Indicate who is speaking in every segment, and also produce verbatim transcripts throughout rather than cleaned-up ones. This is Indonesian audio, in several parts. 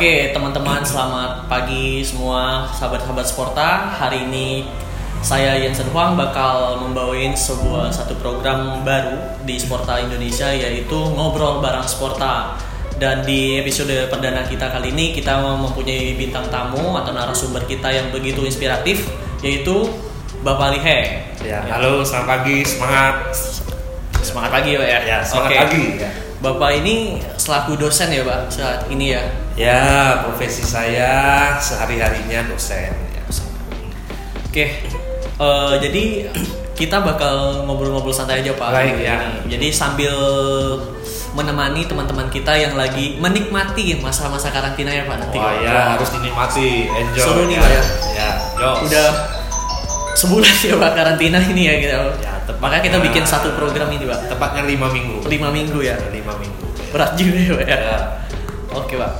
Speaker 1: Oke teman-teman, selamat pagi semua sahabat-sahabat Sporta. Hari ini saya Yansen Huang bakal membawain sebuah satu program baru di Sporta Indonesia, yaitu Ngobrol Bareng Sporta. Dan di episode perdana kita kali ini kita mempunyai bintang tamu atau narasumber kita yang begitu inspiratif, yaitu Bapak Lihe.
Speaker 2: Ya, halo, selamat pagi, semangat.
Speaker 1: Semangat pagi Pak ya.
Speaker 2: Ya, semangat
Speaker 1: Oke.
Speaker 2: pagi. Ya.
Speaker 1: Bapak ini selaku dosen ya Pak saat ini ya?
Speaker 2: Ya, profesi saya sehari-harinya dosen. Ya.
Speaker 1: Oke, uh, jadi kita bakal ngobrol-ngobrol santai aja Pak.
Speaker 2: Baik ya.
Speaker 1: Jadi sambil menemani teman-teman kita yang lagi menikmati masa-masa karantina ya Pak nanti.
Speaker 2: Wah ya, harus dinikmati, enjoy.
Speaker 1: Seru nih
Speaker 2: ya.
Speaker 1: Pak ya.
Speaker 2: Ya, jos.
Speaker 1: Udah sebulan ya Pak karantina ini ya gitu.
Speaker 2: Ya, tepatnya,
Speaker 1: makanya kita bikin satu program ini Pak.
Speaker 2: Tepatnya lima minggu.
Speaker 1: Lima minggu ya.
Speaker 2: Lima minggu.
Speaker 1: Berat juga ya Pak ya.
Speaker 2: Ya.
Speaker 1: Oke Pak.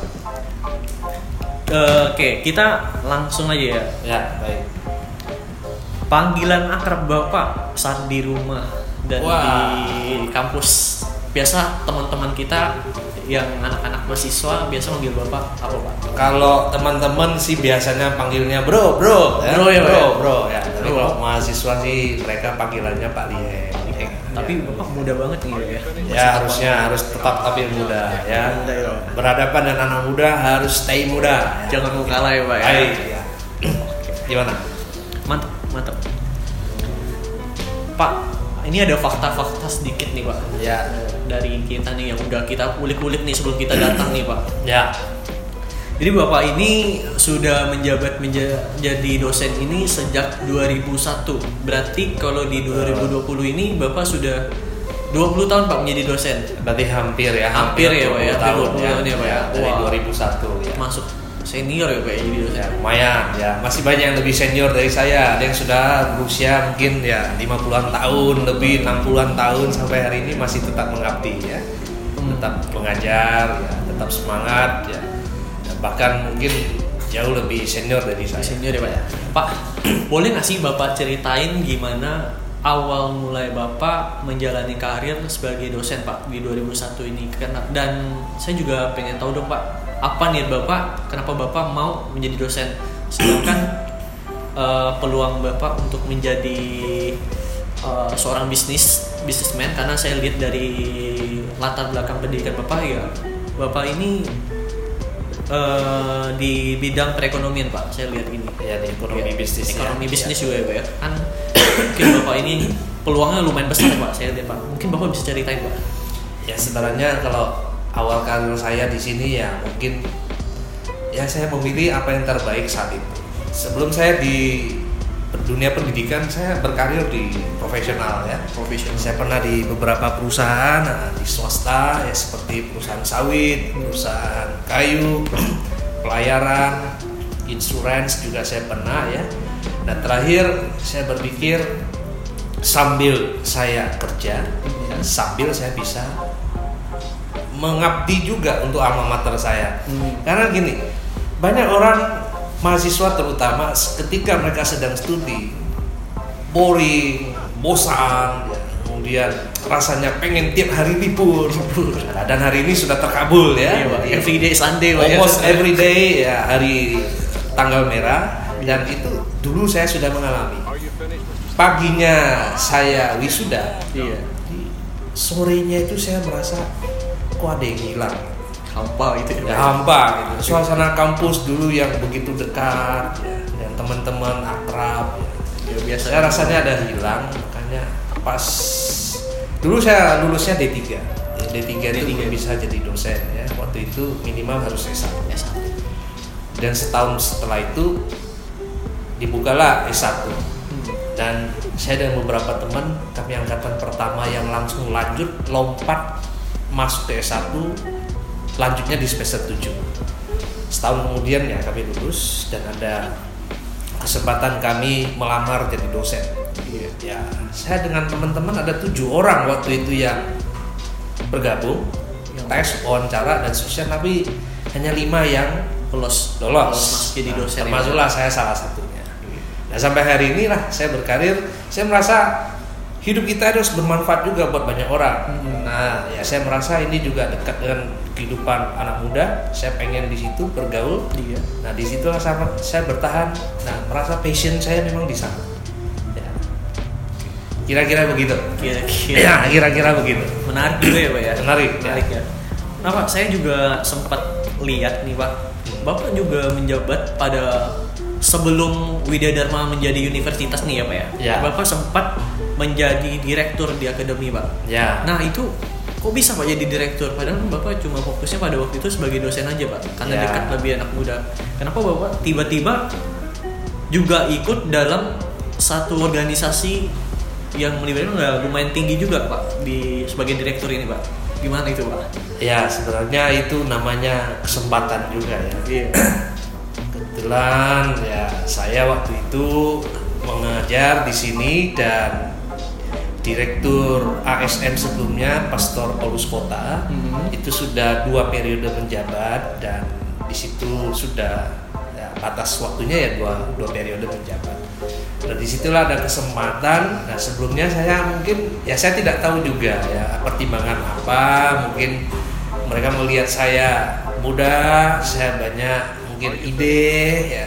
Speaker 1: Uh, Oke, kita langsung aja ya.
Speaker 2: Ya, baik.
Speaker 1: Panggilan akrab Bapak saat di rumah dan
Speaker 2: Wah.
Speaker 1: di kampus. Biasa teman-teman kita yang anak-anak mahasiswa biasa manggil Bapak apa Pak?
Speaker 2: Kalau teman-teman sih biasanya panggilnya bro, bro, ya?
Speaker 1: Bro ya, Pak,
Speaker 2: bro,
Speaker 1: ya?
Speaker 2: bro, ya. Tapi
Speaker 1: Bro.
Speaker 2: kalau mahasiswa sih mereka panggilannya Pak Lihe.
Speaker 1: Eh, tapi Bapak muda banget nih ya.
Speaker 2: Ya harusnya harus tetap tampil muda ya.
Speaker 1: Muda ya.
Speaker 2: Berhadapan dengan anak muda harus stay muda. Ya.
Speaker 1: Jangan mau kalah ya Pak ya.
Speaker 2: Baik. Ya. Gimana?
Speaker 1: Mantap, mantap. Pak, ini ada fakta-fakta sedikit nih Pak.
Speaker 2: Ya.
Speaker 1: Dari kita nih yang udah kita ulik-ulik nih sebelum kita datang nih Pak.
Speaker 2: Ya.
Speaker 1: Jadi Bapak ini sudah menjabat menjadi dosen ini sejak dua ribu satu. Berarti kalau di dua ribu dua puluh ini Bapak sudah dua puluh tahun Pak menjadi dosen.
Speaker 2: Berarti hampir ya.
Speaker 1: Hampir ya, Pak, ya.
Speaker 2: tahun
Speaker 1: dua puluh
Speaker 2: ya.
Speaker 1: tahun ya, Pak, ya.
Speaker 2: Dari
Speaker 1: Wah.
Speaker 2: dua ribu satu ya.
Speaker 1: Masuk senior ya Pak jadi dosen.
Speaker 2: Ya, lumayan ya. Masih banyak yang lebih senior dari saya. Ada yang sudah berusia mungkin ya lima puluhan tahun, lebih enam puluhan tahun sampai hari ini masih tetap mengabdi ya.
Speaker 1: Hmm.
Speaker 2: Tetap mengajar ya, tetap semangat ya. Bahkan mungkin jauh lebih senior dari saya.
Speaker 1: Senior ya Pak ya. Pak, boleh nggak sih Bapak ceritain gimana awal mulai Bapak menjalani karir sebagai dosen Pak di dua ribu satu ini? Karena dan saya juga pengen tahu dong Pak, apa niat Bapak, kenapa Bapak mau menjadi dosen? Sedangkan uh, peluang Bapak untuk menjadi uh, seorang bisnis bisnismen, karena saya lihat dari latar belakang pendidikan Bapak ya, Bapak ini Uh, di bidang perekonomian Pak, saya lihat ini.
Speaker 2: Ya, di ekonomi
Speaker 1: Ya,
Speaker 2: bisnis.
Speaker 1: Ekonomi
Speaker 2: ya.
Speaker 1: bisnis
Speaker 2: ya.
Speaker 1: juga ya Pak ya. Kan mungkin Bapak ini peluangnya lumayan besar Pak, saya lihat Pak. Mungkin Bapak bisa ceritain Pak.
Speaker 2: Ya sebenarnya kalau awal karir saya di sini ya mungkin ya saya memilih apa yang terbaik saat itu. Sebelum saya di dunia pendidikan saya berkarir di profesional ya.
Speaker 1: Profesional.
Speaker 2: Saya pernah di beberapa perusahaan nah, di swasta ya seperti perusahaan sawit, perusahaan kayu, pelayaran, insurance juga saya pernah ya. Nah terakhir saya berpikir sambil saya kerja, ya, sambil saya bisa mengabdi juga untuk alma mater saya.
Speaker 1: Hmm.
Speaker 2: Karena gini, banyak orang mahasiswa terutama ketika mereka sedang studi boring, bosan, ya, kemudian rasanya pengen tiap hari libur. Nah, dan hari ini sudah terkabul ya.
Speaker 1: Iya, Pak.
Speaker 2: Jadi,
Speaker 1: Everyday Sunday Pak ya.
Speaker 2: almost every day ya hari tanggal merah, dan itu dulu saya sudah mengalami. Paginya saya wisuda,
Speaker 1: Iya.
Speaker 2: di sorenya itu saya merasa kok ada yang hilang.
Speaker 1: Hampa itu
Speaker 2: Ya hampa gitu. Suasana kampus dulu yang begitu dekat ya, dan teman-teman akrab ya.
Speaker 1: Ya, biasa.
Speaker 2: Saya rasanya ada hilang, makanya pas dulu saya lulusnya D tiga. Ya, D tiga itu belum bisa jadi dosen ya. Waktu itu minimal harus S satu.
Speaker 1: S satu.
Speaker 2: Dan setahun setelah itu dibukalah S satu. Dan saya dan beberapa teman kami angkatan pertama yang langsung lanjut lompat masuk ke S satu, lanjutnya di semester tujuh. Setahun kemudian ya kami lulus dan ada kesempatan kami melamar jadi dosen.
Speaker 1: Iya.
Speaker 2: Ya, saya dengan teman-teman ada tujuh orang waktu itu yang bergabung,
Speaker 1: Yang
Speaker 2: tes, wawancara dan seterusnya, tapi hanya lima yang
Speaker 1: Lolos.
Speaker 2: lolos.
Speaker 1: Masuk jadi
Speaker 2: Nah,
Speaker 1: dosen.
Speaker 2: termasuklah saya salah satunya. Nah sampai hari ini lah saya berkarir, saya merasa hidup kita harus bermanfaat juga buat banyak orang.
Speaker 1: Hmm.
Speaker 2: Nah, ya saya merasa ini juga dekat dengan kehidupan anak muda. Saya pengen di situ bergaul.
Speaker 1: Iya.
Speaker 2: Nah, di situlah saya, saya bertahan. Nah, merasa passion saya memang di sana. Ya. Kira-kira begitu.
Speaker 1: Kira-kira.
Speaker 2: Ya, kira-kira begitu.
Speaker 1: Menarik juga ya Pak ya.
Speaker 2: Menarik.
Speaker 1: Menarik ya. Nah Pak, saya juga sempat lihat nih Pak, Bapak juga menjabat pada sebelum Widya Dharma menjadi universitas nih ya Pak ya.
Speaker 2: Ya.
Speaker 1: Bapak sempat menjadi direktur di akademi Pak.
Speaker 2: Ya.
Speaker 1: Nah itu kok bisa Pak jadi direktur? Padahal Bapak cuma fokusnya pada waktu itu sebagai dosen aja Pak, karena
Speaker 2: Ya.
Speaker 1: dekat lebih anak muda. Kenapa Bapak tiba-tiba juga ikut dalam satu organisasi yang melibatkan nggak lumayan tinggi juga Pak di sebagai direktur ini Pak? Gimana itu Pak?
Speaker 2: Ya, sebenarnya itu namanya kesempatan juga ya.
Speaker 1: Iya.
Speaker 2: Kebetulan ya saya waktu itu mengajar di sini dan direktur A S M sebelumnya Pastor Paulus Kota
Speaker 1: Hmm.
Speaker 2: itu sudah dua periode menjabat dan di situ sudah ya, batas waktunya ya dua dua periode menjabat. Dan disitulah ada kesempatan. Nah sebelumnya saya mungkin ya saya tidak tahu juga ya pertimbangan apa, mungkin mereka melihat saya muda, saya banyak mungkin ide ya,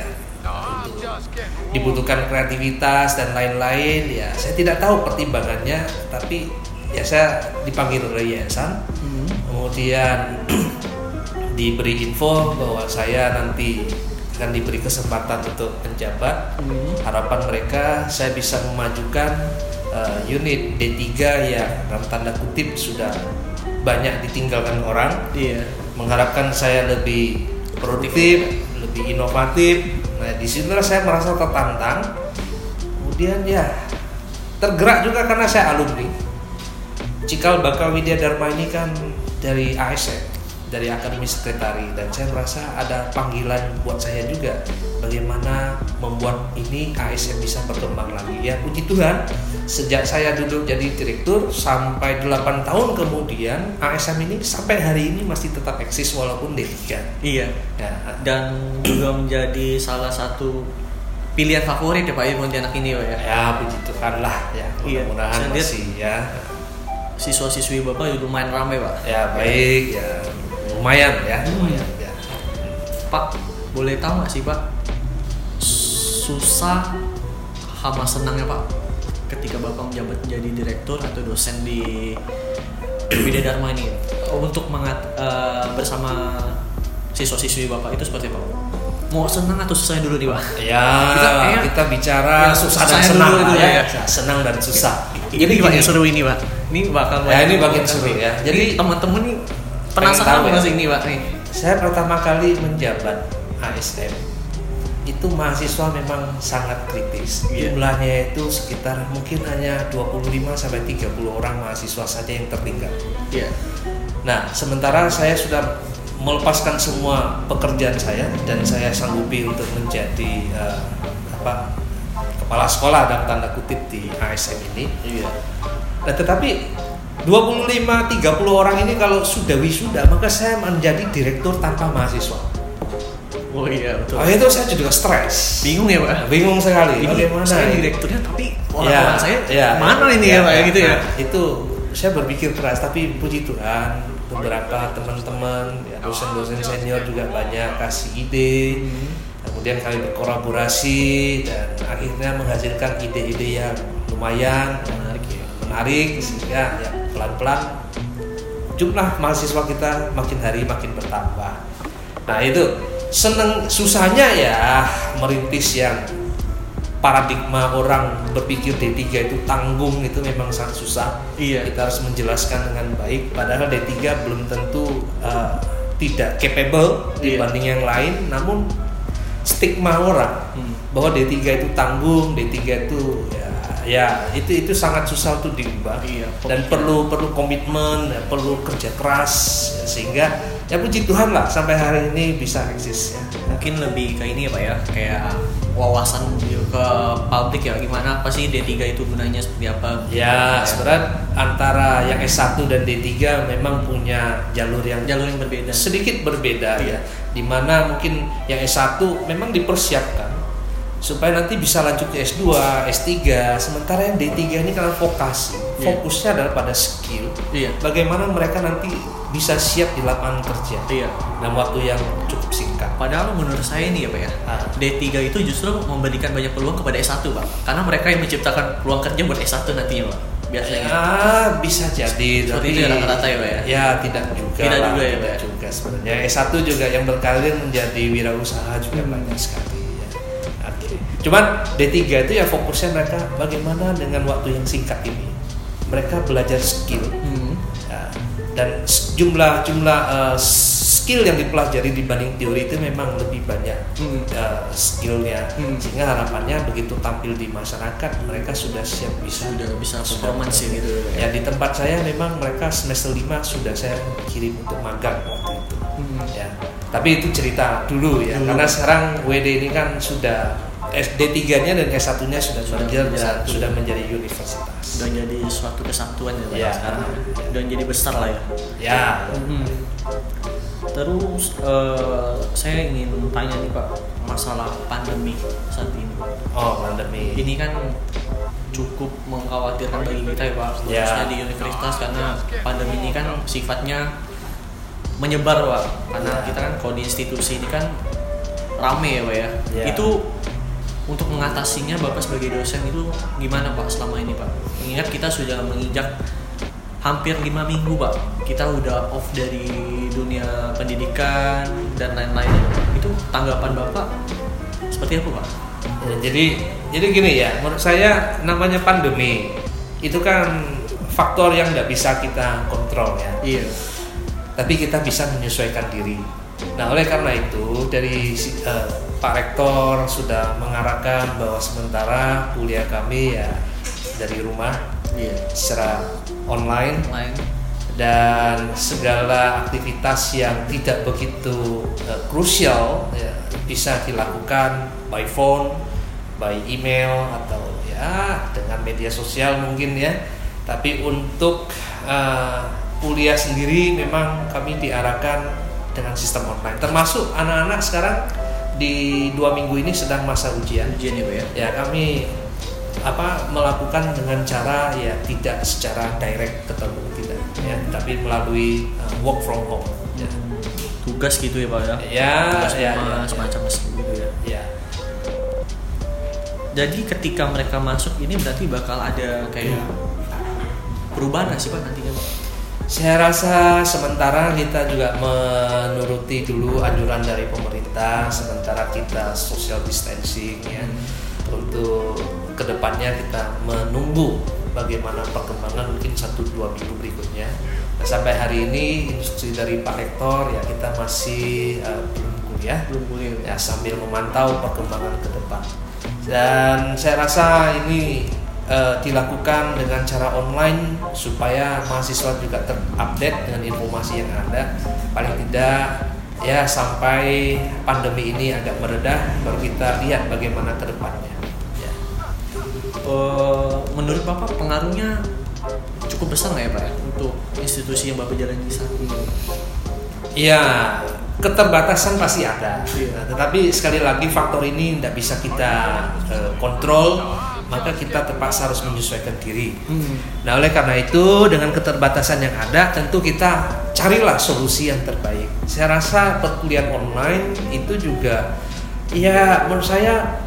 Speaker 2: dibutuhkan kreativitas dan lain-lain ya, saya tidak tahu pertimbangannya, tapi ya saya dipanggil oleh yayasan,
Speaker 1: Hmm.
Speaker 2: kemudian diberi info bahwa saya nanti akan diberi kesempatan untuk menjabat.
Speaker 1: Hmm.
Speaker 2: Harapan mereka saya bisa memajukan uh, unit D tiga yang dalam tanda kutip sudah banyak ditinggalkan orang.
Speaker 1: Iya.
Speaker 2: Mengharapkan saya lebih produktif, lebih inovatif. Nah, disitulah saya merasa tertantang. Kemudian ya tergerak juga karena saya alumni. Cikal bakal Widya Dharma ini kan dari A S M, dari Akademi Sekretari, dan saya merasa ada panggilan buat saya juga bagaimana membuat ini A S M bisa berkembang lagi. Ya puji Tuhan, sejak saya duduk jadi direktur sampai delapan tahun kemudian A S M ini sampai hari ini masih tetap eksis walaupun D tiga.
Speaker 1: Iya.
Speaker 2: Ya,
Speaker 1: Dan juga menjadi salah satu pilihan favorit ya Pak ya Pontianak ini Pak ya.
Speaker 2: ya puji Tuhan lah ya,
Speaker 1: Iya,
Speaker 2: mudah-mudahan
Speaker 1: saya lihat
Speaker 2: masih ya.
Speaker 1: Siswa-siswi Bapak juga lumayan ramai Pak.
Speaker 2: Ya baik ya, lumayan ya, lumayan ya.
Speaker 1: Pak, boleh tahu nggak sih Pak, susah sama senangnya Pak ketika Bapak menjabat menjadi direktur atau dosen di Widya Dharma ini untuk mengat, uh, bersama siswa-siswi Bapak itu seperti apa? Mau senang atau susahnya dulu nih Pak?
Speaker 2: Ya
Speaker 1: Kita
Speaker 2: kita,
Speaker 1: kayak-
Speaker 2: bicara
Speaker 1: ya,
Speaker 2: susah dan
Speaker 1: susahnya
Speaker 2: senang
Speaker 1: dulu itu
Speaker 2: ya,
Speaker 1: ya.
Speaker 2: senang dan susah.
Speaker 1: Ini Pak yang seru ini Pak. Ini bakal
Speaker 2: Ya, ini
Speaker 1: banyak
Speaker 2: bagian
Speaker 1: yang
Speaker 2: seru ya.
Speaker 1: Jadi
Speaker 2: Jadi
Speaker 1: teman-teman nih
Speaker 2: tahu
Speaker 1: penasaran
Speaker 2: ya.
Speaker 1: masih ini Pak nih.
Speaker 2: saya pertama kali menjabat A S M itu mahasiswa memang sangat kritis.
Speaker 1: Iya.
Speaker 2: Jumlahnya itu sekitar mungkin hanya dua puluh lima sampai tiga puluh orang mahasiswa saja yang tertinggal.
Speaker 1: Iya.
Speaker 2: Nah, sementara saya sudah melepaskan semua pekerjaan saya dan saya sanggupi untuk menjadi uh, apa kepala sekolah dalam tanda kutip di A S M ini.
Speaker 1: Iya.
Speaker 2: Nah, tetapi dua puluh lima tiga puluh orang ini kalau sudah wisuda, maka saya menjadi direktur tanpa mahasiswa.
Speaker 1: Oh iya betul.
Speaker 2: Oh, itu saya juga stres.
Speaker 1: Bingung ya Pak.
Speaker 2: Bingung sekali.
Speaker 1: Ini
Speaker 2: Bagaimana?
Speaker 1: saya
Speaker 2: ini?
Speaker 1: direkturnya tapi orang-orang saya mana ini
Speaker 2: ya,
Speaker 1: ya Pak ya gitu ya.
Speaker 2: Nah, itu saya berpikir keras, tapi puji Tuhan beberapa teman-teman ya, dosen-dosen senior juga banyak kasih ide.
Speaker 1: Hmm.
Speaker 2: Kemudian kami berkolaborasi dan akhirnya menghasilkan ide-ide yang lumayan
Speaker 1: Menarik ya.
Speaker 2: menarik sehingga ya pelan-pelan jumlah mahasiswa kita makin hari makin bertambah. Nah itu seneng susahnya ya merintis yang paradigma orang berpikir D tiga itu tanggung, itu memang sangat susah.
Speaker 1: Iya.
Speaker 2: Kita harus menjelaskan dengan baik, padahal D tiga belum tentu uh, tidak capable
Speaker 1: Iya.
Speaker 2: dibanding yang lain, namun stigma orang
Speaker 1: Hmm.
Speaker 2: bahwa D tiga itu tanggung, D tiga itu ya, ya itu itu sangat susah untuk diubah.
Speaker 1: Iya.
Speaker 2: Dan perlu perlu komitmen, ya, perlu kerja keras ya, sehingga ya puji Tuhan lah sampai hari ini bisa eksis ya.
Speaker 1: Mungkin lebih ke ini ya Pak ya, kayak wawasan ke publik ya, gimana apa sih D tiga itu gunanya seperti apa.
Speaker 2: Ya, sebenarnya antara yang S satu dan D tiga memang punya jalur yang
Speaker 1: Jalur yang berbeda.
Speaker 2: sedikit berbeda
Speaker 1: Iya.
Speaker 2: ya. Dimana mungkin yang S satu memang dipersiapkan supaya nanti bisa lanjut ke S dua, S tiga. Sementara yang D tiga ini karena vokasi,
Speaker 1: Iya.
Speaker 2: fokusnya adalah pada skill.
Speaker 1: Iya.
Speaker 2: Bagaimana mereka nanti bisa siap di lapangan kerja
Speaker 1: Iya.
Speaker 2: dalam waktu yang cukup singkat.
Speaker 1: Padahal menurut saya ini ya Pak ya,
Speaker 2: Ah.
Speaker 1: D tiga itu justru memberikan banyak peluang kepada S satu Pak. Karena mereka yang menciptakan peluang kerja buat S satu nantinya Pak. Biasanya.
Speaker 2: Ya, bisa jadi.
Speaker 1: Seperti
Speaker 2: tapi
Speaker 1: itu ya rata-rata ya Pak ya?
Speaker 2: Ya tidak juga.
Speaker 1: Tidak
Speaker 2: lah,
Speaker 1: juga ya,
Speaker 2: tidak
Speaker 1: Pak?
Speaker 2: juga sebenarnya. S satu juga yang berkarir menjadi wirausaha juga
Speaker 1: Hmm.
Speaker 2: banyak sekali. Ya. Oke. Cuman D tiga itu ya fokusnya mereka bagaimana dengan waktu yang singkat ini. Mereka belajar skill.
Speaker 1: Hmm.
Speaker 2: Ya, dan jumlah jumlah uh, skill yang dipelajari dibanding teori itu memang lebih banyak
Speaker 1: Hmm.
Speaker 2: uh, skillnya,
Speaker 1: Hmm.
Speaker 2: sehingga harapannya begitu tampil di masyarakat mereka sudah siap bisa
Speaker 1: Sudah bisa
Speaker 2: sudah
Speaker 1: performance ya gitu
Speaker 2: ya. Di tempat saya memang mereka semester lima sudah saya kirim untuk magang waktu itu.
Speaker 1: Hmm.
Speaker 2: Ya, tapi itu cerita dulu ya,
Speaker 1: Dulu.
Speaker 2: karena sekarang W D ini kan sudah S D tiga-nya dan S satu-nya sudah
Speaker 1: Sudah
Speaker 2: sudah,
Speaker 1: menjadi-
Speaker 2: sudah menjadi universitas.
Speaker 1: Udah jadi suatu kesatuan ya Pak
Speaker 2: Ya.
Speaker 1: sekarang. Udah jadi besar lah ya.
Speaker 2: Ya.
Speaker 1: Hmm. Terus eh, saya ingin tanya nih Pak masalah pandemi saat ini.
Speaker 2: Oh, pandemi.
Speaker 1: Ini kan cukup mengkhawatirkan bagi kita ya Pak,
Speaker 2: Ya.
Speaker 1: khususnya di universitas karena pandemi ini kan sifatnya menyebar Pak. Karena
Speaker 2: Ya.
Speaker 1: kita kan kalau di institusi ini kan rame ya Pak ya.
Speaker 2: Ya.
Speaker 1: Itu untuk mengatasinya Bapak sebagai dosen itu gimana Pak selama ini Pak? Mengingat kita sudah menginjak hampir lima minggu Pak, kita udah off dari dunia pendidikan dan lain-lain. Itu tanggapan Bapak seperti apa Pak?
Speaker 2: Ya, jadi jadi gini ya, menurut saya namanya pandemi itu kan faktor yang nggak bisa kita kontrol ya.
Speaker 1: Iya.
Speaker 2: Tapi kita bisa menyesuaikan diri. Nah, oleh karena itu dari si- eh, Pak Rektor sudah mengarahkan bahwa sementara kuliah kami ya dari rumah
Speaker 1: Iya.
Speaker 2: secara online,
Speaker 1: Lain.
Speaker 2: dan segala aktivitas yang tidak begitu uh, krusial ya, bisa dilakukan by phone, by email atau ya dengan media sosial mungkin ya. Tapi untuk uh, kuliah sendiri memang kami diarahkan dengan sistem online. Termasuk anak-anak sekarang di dua minggu ini sedang masa ujian.
Speaker 1: Ujian ya Pak ya.
Speaker 2: Ya kami apa melakukan dengan cara ya tidak secara direct ketemu tidak ya, tapi melalui uh, work from home ya.
Speaker 1: Tugas gitu ya Pak ya.
Speaker 2: Ya,
Speaker 1: Tugas
Speaker 2: ya,
Speaker 1: rumah,
Speaker 2: ya,
Speaker 1: semacam gitu ya.
Speaker 2: Ya.
Speaker 1: Jadi ketika mereka masuk ini berarti bakal ada kayak perubahan nggak sih Pak nantinya Pak?
Speaker 2: Saya rasa sementara kita juga menuruti dulu anjuran dari pemerintah, sementara kita social distancing ya. Untuk kedepannya kita menunggu bagaimana perkembangan mungkin satu dua minggu berikutnya. Nah, sampai hari ini instruksi dari Pak Rektor ya kita masih uh, belum kuliah,
Speaker 1: Belum kuliah.
Speaker 2: ya sambil memantau perkembangan ke depan. Dan saya rasa ini uh, dilakukan dengan cara online supaya mahasiswa juga terupdate dengan informasi yang ada. Paling tidak ya sampai pandemi ini agak meredah baru kita lihat bagaimana ke depannya. Ya.
Speaker 1: Uh, menurut Bapak pengaruhnya cukup besar nggak ya Pak ya untuk institusi yang Bapak jalani saat ini?
Speaker 2: Ya, keterbatasan pasti ada.
Speaker 1: Iya.
Speaker 2: Nah, tetapi sekali lagi faktor ini tidak bisa kita uh, kontrol, maka kita terpaksa harus menyesuaikan diri.
Speaker 1: Hmm.
Speaker 2: Nah, oleh karena itu dengan keterbatasan yang ada, tentu kita carilah solusi yang terbaik. Saya rasa perkuliahan online itu juga, ya menurut saya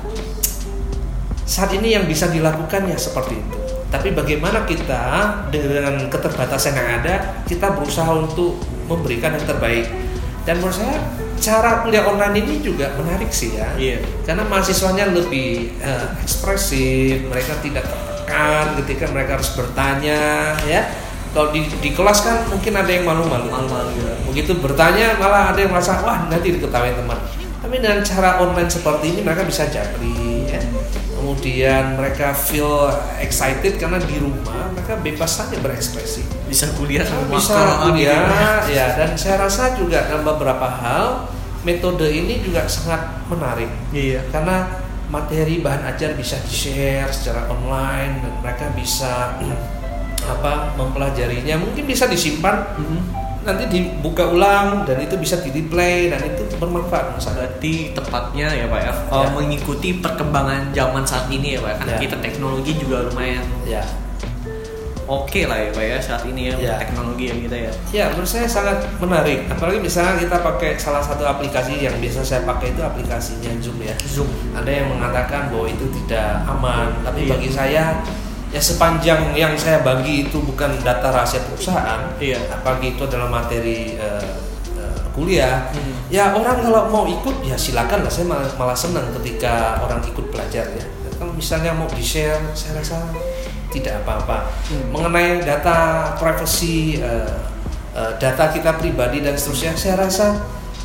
Speaker 2: saat ini yang bisa dilakukan ya seperti itu. Tapi bagaimana kita dengan keterbatasan yang ada, kita berusaha untuk memberikan yang terbaik. Dan menurut saya cara kuliah online ini juga menarik sih ya.
Speaker 1: Iya.
Speaker 2: Karena mahasiswanya lebih uh, ekspresif, mereka tidak tertekan ketika mereka harus bertanya ya. Kalau di, di kelas kan mungkin ada yang malu-malu.
Speaker 1: Malu-malu ya.
Speaker 2: Begitu bertanya malah ada yang merasa wah nanti diketahui teman. Tapi dengan cara online seperti ini mereka bisa japri ya. Kemudian mereka feel excited karena di rumah mereka bebas saja berekspresi.
Speaker 1: Bisa kuliah sama
Speaker 2: Bisa kuliah ya, dan saya rasa juga dalam beberapa hal metode ini juga sangat menarik.
Speaker 1: Iya.
Speaker 2: Karena materi bahan ajar bisa di-share secara online dan mereka bisa apa mempelajarinya, mungkin bisa disimpan.
Speaker 1: Hmm.
Speaker 2: nanti dibuka ulang dan itu bisa di replay dan itu bermanfaat.
Speaker 1: Berarti tepatnya ya Pak ya, ya. mengikuti perkembangan zaman saat ini ya Pak, karena ya. kita teknologi juga lumayan ya. Oke okay lah ya Pak ya saat ini ya, ya. teknologi yang kita ya.
Speaker 2: Ya menurut saya sangat menarik. Apalagi misalnya kita pakai salah satu aplikasi yang biasa saya pakai itu aplikasinya Zoom ya. Zoom. Ada yang mengatakan bahwa itu tidak aman, tapi iya. bagi saya ya sepanjang yang saya bagi itu bukan data rahasia perusahaan, iya. apalagi itu adalah materi uh, uh, kuliah. Hmm. Ya orang kalau mau ikut ya silakan lah. Saya malah, malah senang ketika orang ikut belajar ya. Kalau misalnya mau di share, saya rasa tidak apa-apa. Hmm. Mengenai data privacy, uh, uh, data kita pribadi dan seterusnya, saya rasa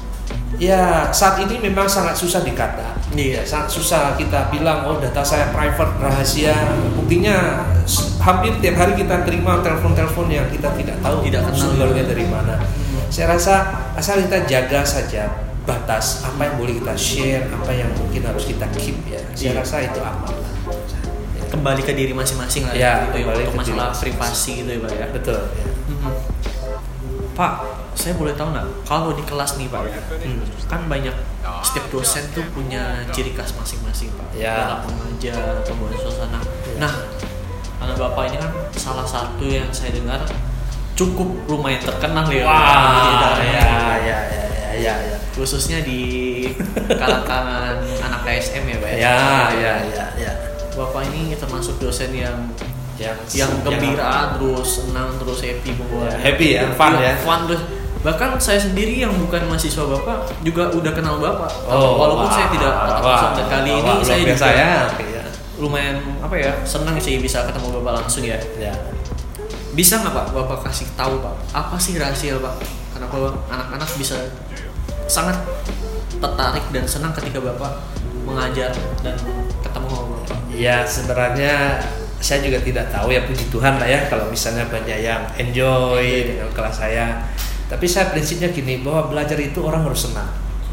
Speaker 2: ya saat ini memang sangat susah dikata. Iya. Sangat susah kita bilang oh data saya private, rahasia. Buktinya hampir tiap hari kita terima telepon-telepon yang kita tidak tahu
Speaker 1: tidak kenal
Speaker 2: sumbernya dari mana. Hmm. Saya rasa asal kita jaga saja batas apa yang boleh kita share, apa yang mungkin harus kita keep ya. Saya iya. rasa itu aman.
Speaker 1: Kembali ke diri masing-masing lah ya, gitu ya untuk masalah privasi gitu ya Pak ya.
Speaker 2: Betul ya.
Speaker 1: Mm-hmm. Pak, saya boleh tahu nggak kalau di kelas nih Pak ya, hmm. kan banyak setiap dosen tuh punya ciri khas masing-masing Pak
Speaker 2: ya.
Speaker 1: dalam mengajar, pembuat suasana ya. Nah, karena Bapak ini kan salah satu yang saya dengar cukup lumayan terkenal ya.
Speaker 2: Wah, ya, ya, ya, ya, ya, ya.
Speaker 1: Khususnya di kalangan anak K S M ya Pak ya.
Speaker 2: Ya, ya, ya, ya.
Speaker 1: Bapak ini termasuk dosen yang
Speaker 2: yang,
Speaker 1: yang gembira, yang terus senang, terus happy membuat
Speaker 2: ya, happy ya, fun ya,
Speaker 1: fun terus. Bahkan saya sendiri yang bukan mahasiswa Bapak juga udah kenal Bapak.
Speaker 2: Oh,
Speaker 1: walaupun
Speaker 2: wah,
Speaker 1: saya tidak langsung dan kali wah, ini wah, saya juga
Speaker 2: saya,
Speaker 1: ya. lumayan apa ya senang sih bisa ketemu Bapak langsung ya.
Speaker 2: ya.
Speaker 1: Bisa nggak Pak Bapak kasih tahu Pak apa sih rahasia Pak? Kenapa anak-anak bisa sangat tertarik dan senang ketika Bapak mengajar dan ketemu sama Bapak?
Speaker 2: Ya sebenarnya saya juga tidak tahu ya, puji Tuhan lah ya kalau misalnya banyak yang enjoy dengan kelas saya. Tapi saya prinsipnya gini, bahwa belajar itu orang harus senang.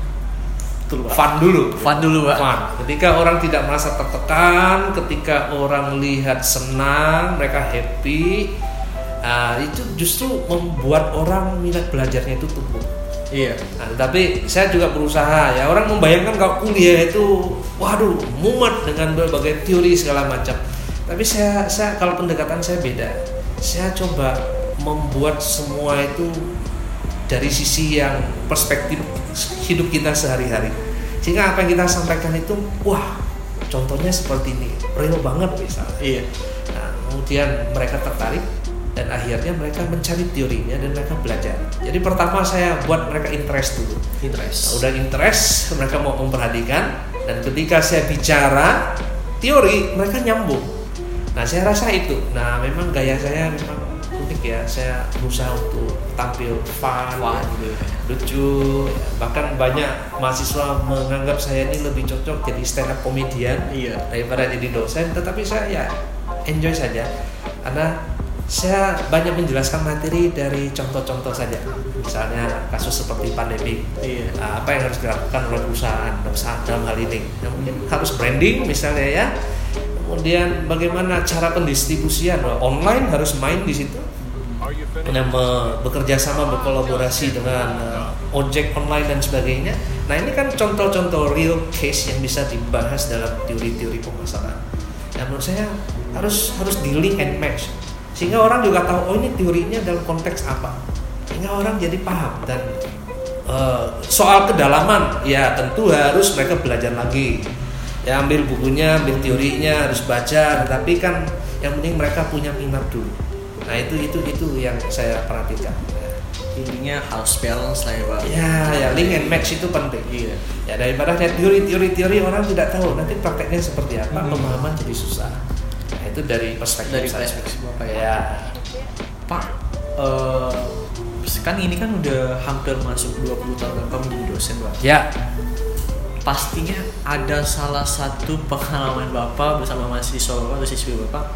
Speaker 1: Betul, Pak.
Speaker 2: Fun dulu.
Speaker 1: Fun dulu Pak.
Speaker 2: Fun. Ketika orang tidak merasa tertekan, ketika orang lihat senang, mereka happy, uh, itu justru membuat orang minat belajarnya itu tumbuh.
Speaker 1: Iya.
Speaker 2: Nah, tapi saya juga berusaha ya, orang membayangkan kalau kuliah itu waduh mumet dengan berbagai teori segala macam. Tapi saya saya kalau pendekatan saya beda. Saya coba membuat semua itu dari sisi yang perspektif hidup kita sehari-hari. Sehingga apa yang kita sampaikan itu wah, contohnya seperti ini, real banget misalnya.
Speaker 1: Iya.
Speaker 2: Nah, kemudian mereka tertarik dan akhirnya mereka mencari teorinya dan mereka belajar. Jadi pertama saya buat mereka interest dulu.
Speaker 1: Interest.
Speaker 2: Nah, udah interest, mereka mau memperhatikan dan ketika saya bicara teori mereka nyambung. Nah saya rasa itu. Nah memang gaya saya memang unik ya. Saya berusaha untuk tampil fun,
Speaker 1: fun
Speaker 2: ya, lucu. Bahkan banyak mahasiswa menganggap saya ini lebih cocok jadi stand up comedian
Speaker 1: iya.
Speaker 2: daripada jadi dosen. Tetapi saya ya enjoy saja karena saya banyak menjelaskan materi dari contoh-contoh saja. Misalnya kasus seperti pandemi,
Speaker 1: iya.
Speaker 2: apa yang harus dilakukan oleh perusahaan dalam hal ini. Yang mungkin harus branding misalnya ya. Kemudian bagaimana cara pendistribusian online harus main di situ. Dan bekerja sama berkolaborasi dengan uh, ojek online dan sebagainya. Nah ini kan contoh-contoh real case yang bisa dibahas dalam teori-teori pemasaran. Nah menurut saya harus harus di link and match. Sehingga orang juga tahu, oh ini teorinya dalam konteks apa. Sehingga orang jadi paham. Dan uh, soal kedalaman, ya tentu harus mereka belajar lagi. Ya ambil bukunya, ambil teorinya, harus baca. Tapi kan yang penting mereka punya minat dulu. Nah itu itu itu yang saya perhatikan.
Speaker 1: Intinya harus balance lah ya Pak.
Speaker 2: Ya, ya link and match itu penting.
Speaker 1: Iya.
Speaker 2: Ya daripada teori-teori-teori orang tidak tahu, nanti prakteknya seperti apa, hmm. pemahaman jadi susah. Nah, itu dari perspektif
Speaker 1: dari
Speaker 2: saya.
Speaker 1: perspektif Bapak ya.
Speaker 2: Ya.
Speaker 1: Pak, uh, kan ini kan udah hampir masuk dua puluh tahun Bapak menjadi dosen Pak.
Speaker 2: Ya.
Speaker 1: Pastinya ada salah satu pengalaman Bapak bersama mahasiswa Bapak atau siswi Bapak,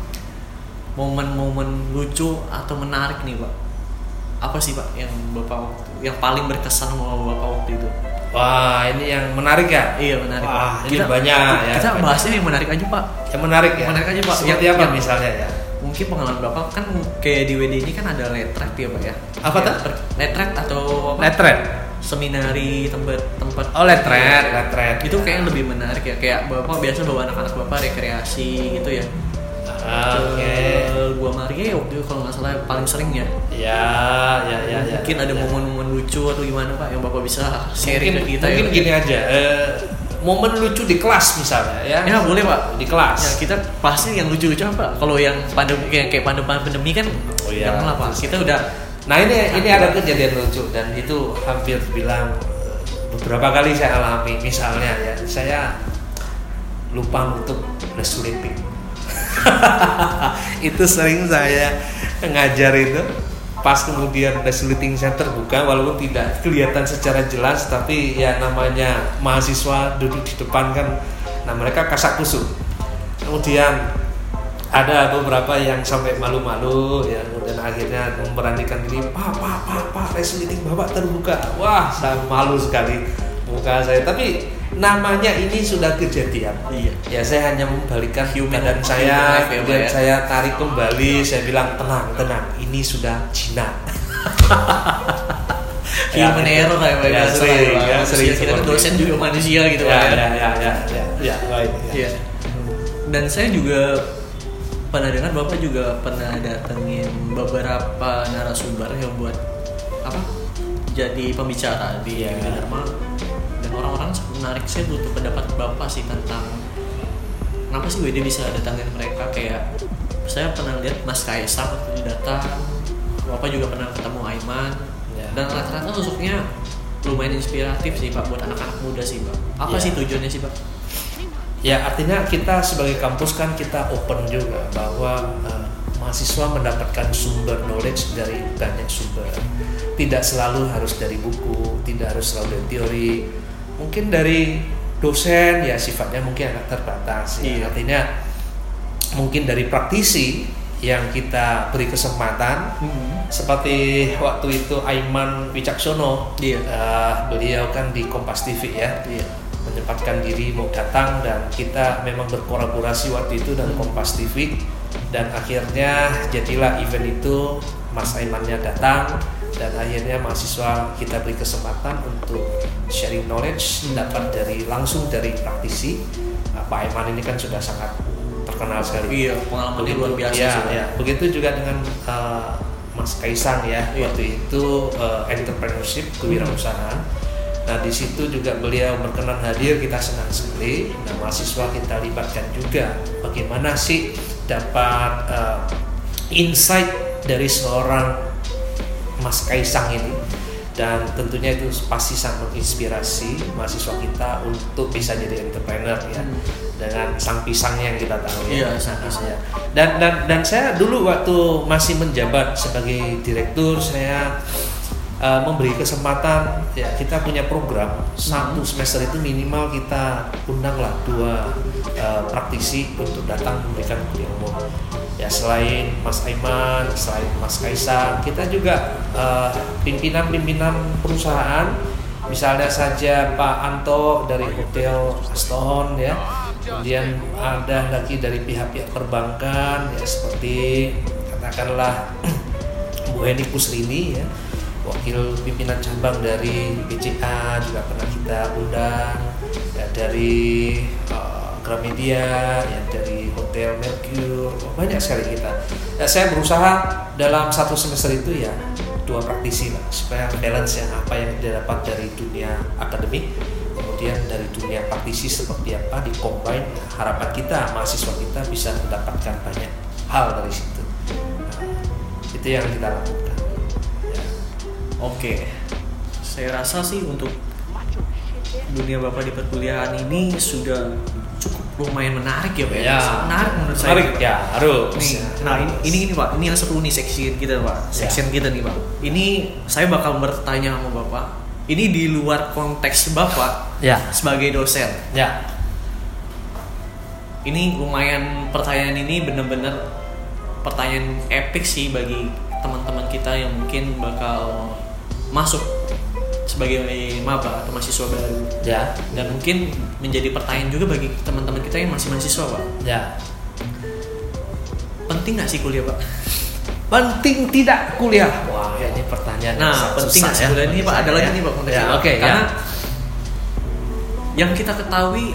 Speaker 1: momen-momen lucu atau menarik nih Pak. Apa sih Pak yang Bapak yang paling berkesan sama Bapak waktu itu?
Speaker 2: Wah, ini yang menarik ya?
Speaker 1: Iya, menarik.
Speaker 2: Wah,
Speaker 1: Pak.
Speaker 2: Kita banyak
Speaker 1: kita,
Speaker 2: ya.
Speaker 1: Kita bahasnya yang menarik aja Pak.
Speaker 2: Yang menarik ya?
Speaker 1: Menarik aja Pak.
Speaker 2: Seperti
Speaker 1: yang,
Speaker 2: apa
Speaker 1: yang,
Speaker 2: misalnya ya?
Speaker 1: mungkin pengalaman bapak kan kayak di W D ini kan ada letret ya pak ya.
Speaker 2: Apa tuh?
Speaker 1: Letret atau apa?
Speaker 2: Letret.
Speaker 1: Seminari tempat-tempat.
Speaker 2: Oh letret, letret.
Speaker 1: Itu kayak lebih menarik ya, kayak bapak biasa bawa anak-anak bapak rekreasi gitu ya.
Speaker 2: Oke. Okay.
Speaker 1: Gua Maria waktu itu kalau nggak salah paling sering ya.
Speaker 2: Ya, ya, ya.
Speaker 1: Mungkin
Speaker 2: ya,
Speaker 1: ada
Speaker 2: ya.
Speaker 1: momen-momen lucu atau gimana pak yang bapak bisa sharing
Speaker 2: mungkin,
Speaker 1: ke kita.
Speaker 2: Mungkin
Speaker 1: ya,
Speaker 2: gini aja. Uh, momen lucu di kelas misalnya ya.
Speaker 1: Ya boleh pak.
Speaker 2: Di kelas.
Speaker 1: Ya kita pasti yang lucu-lucu apa? Kalau yang pandemi kayak kayak pandemi pandemi kan.
Speaker 2: Oh iya.
Speaker 1: Jangan lah pak. Kita udah.
Speaker 2: Nah ini ini ada kejadian lucu dan itu hampir bilang beberapa kali saya alami. Misalnya ya saya lupa nutup resleting. Itu sering saya ngajar itu pas kemudian resleting saya terbuka walaupun tidak kelihatan secara jelas, tapi ya namanya mahasiswa duduk di depan kan, nah mereka kasak kusuk. Kemudian ada beberapa yang sampai malu-malu ya, dan akhirnya memberanikan diri, pak pak pak pak resleting bapak terbuka. Wah saya malu sekali muka saya, tapi namanya ini sudah kejadian.
Speaker 1: Iya.
Speaker 2: Ya saya hanya membalikkan
Speaker 1: Human
Speaker 2: dan saya kemudian ya, saya tarik kembali, saya bilang tenang tenang, ini sudah jinak.
Speaker 1: Human ya, error kayak
Speaker 2: ya, sering, ya, sering
Speaker 1: kita dosen juga manusia gitu
Speaker 2: ya,
Speaker 1: kan.
Speaker 2: Ya ya ya ya ya baik.
Speaker 1: Ya. Dan saya juga pernah dengar bapak juga pernah datengin beberapa narasumber yang buat apa? Jadi pembicara di
Speaker 2: ya.
Speaker 1: Dharma. Orang-orang menarik saya butuh pendapat bapak sih tentang kenapa sih W D bisa datangin mereka. Kayak saya pernah lihat Mas Kaisang waktu datang, bapak juga pernah ketemu Aiman ya. Dan rata-rata sosoknya lumayan inspiratif sih pak buat anak-anak muda sih pak. Apa ya. sih tujuannya sih pak?
Speaker 2: Ya artinya kita sebagai kampus kan kita open juga bahwa uh, mahasiswa mendapatkan sumber knowledge dari banyak sumber. Tidak selalu harus dari buku, tidak harus selalu dari teori. Mungkin dari dosen ya sifatnya mungkin agak terbatas ya.
Speaker 1: Iya.
Speaker 2: Artinya mungkin dari praktisi yang kita beri kesempatan hmm. seperti waktu itu Aiman Wicaksono
Speaker 1: iya.
Speaker 2: uh, beliau kan di Kompas T V ya iya. menyempatkan diri mau datang dan kita memang berkolaborasi waktu itu dengan Kompas T V dan akhirnya jadilah event itu, Mas Aimannya datang dan akhirnya mahasiswa kita beri kesempatan untuk sharing knowledge hmm. dapat dari langsung dari praktisi. Pak Aiman ini kan sudah sangat terkenal sekali.
Speaker 1: Iya, pengalamannya luar biasa.
Speaker 2: Ya,
Speaker 1: sih,
Speaker 2: ya. Begitu juga dengan uh, Mas Kaisang ya, iya. waktu itu uh, entrepreneurship kewirausahaan. Nah di situ juga beliau berkenan hadir, kita senang sekali. Nah mahasiswa kita libatkan juga. Bagaimana sih dapat uh, insight dari seorang Mas Kaisang ini, dan tentunya itu pasti sangat menginspirasi mahasiswa kita untuk bisa jadi entrepreneur ya hmm. dengan sang pisang yang kita tahu
Speaker 1: iya,
Speaker 2: ya.
Speaker 1: sang pisang.
Speaker 2: Ya. Dan dan dan saya dulu waktu masih menjabat sebagai direktur saya uh, memberi kesempatan ya, kita punya program hmm. satu semester itu minimal kita undanglah dua uh, praktisi untuk datang memberikan kuliah umum. Ya selain Mas Aiman, selain Mas Kaisang, kita juga uh, pimpinan-pimpinan perusahaan, misalnya saja Pak Anto dari Hotel Aston ya, kemudian ada lagi dari pihak-pihak perbankan ya seperti katakanlah Bu Heni Kusrini ya, wakil pimpinan cabang dari B C A juga pernah kita undang ya, dari uh, Gramedia, ya dari Hotel Mercure, banyak sekali kita. Ya, saya berusaha dalam satu semester itu ya dua praktisi lah supaya balance yang apa yang didapat dari dunia akademik, kemudian dari dunia praktisi seperti apa di combine. Nah, harapan kita mahasiswa kita bisa mendapatkan banyak hal dari situ. Nah, itu yang kita lakukan. Ya.
Speaker 1: Oke, saya rasa sih untuk dunia bapak di perkuliahan ini sudah cukup lumayan menarik ya pak
Speaker 2: ya,
Speaker 1: menarik menurut saya
Speaker 2: menarik ya harus
Speaker 1: nih,
Speaker 2: ya,
Speaker 1: nah
Speaker 2: harus.
Speaker 1: ini ini pak ini yang seru nih seksi kita pak section ya. kita nih pak ini saya bakal bertanya sama bapak ini di luar konteks bapak
Speaker 2: ya
Speaker 1: sebagai dosen
Speaker 2: ya
Speaker 1: ini lumayan pertanyaan ini benar-benar pertanyaan epic sih bagi teman-teman kita yang mungkin bakal masuk sebagai maba atau mahasiswa baru
Speaker 2: ya
Speaker 1: dan mungkin menjadi pertanyaan juga bagi teman-teman kita yang masih mahasiswa pak
Speaker 2: ya
Speaker 1: penting nggak sih kuliah Pak?
Speaker 2: Penting tidak kuliah? Wah, ya, ini pertanyaan
Speaker 1: nah
Speaker 2: yang
Speaker 1: penting nggak sih
Speaker 2: ya.
Speaker 1: kuliah ini Pak? Ada lagi
Speaker 2: ya.
Speaker 1: nih Pak konteksnya.
Speaker 2: Ya, oke okay,
Speaker 1: karena
Speaker 2: ya.
Speaker 1: yang kita ketahui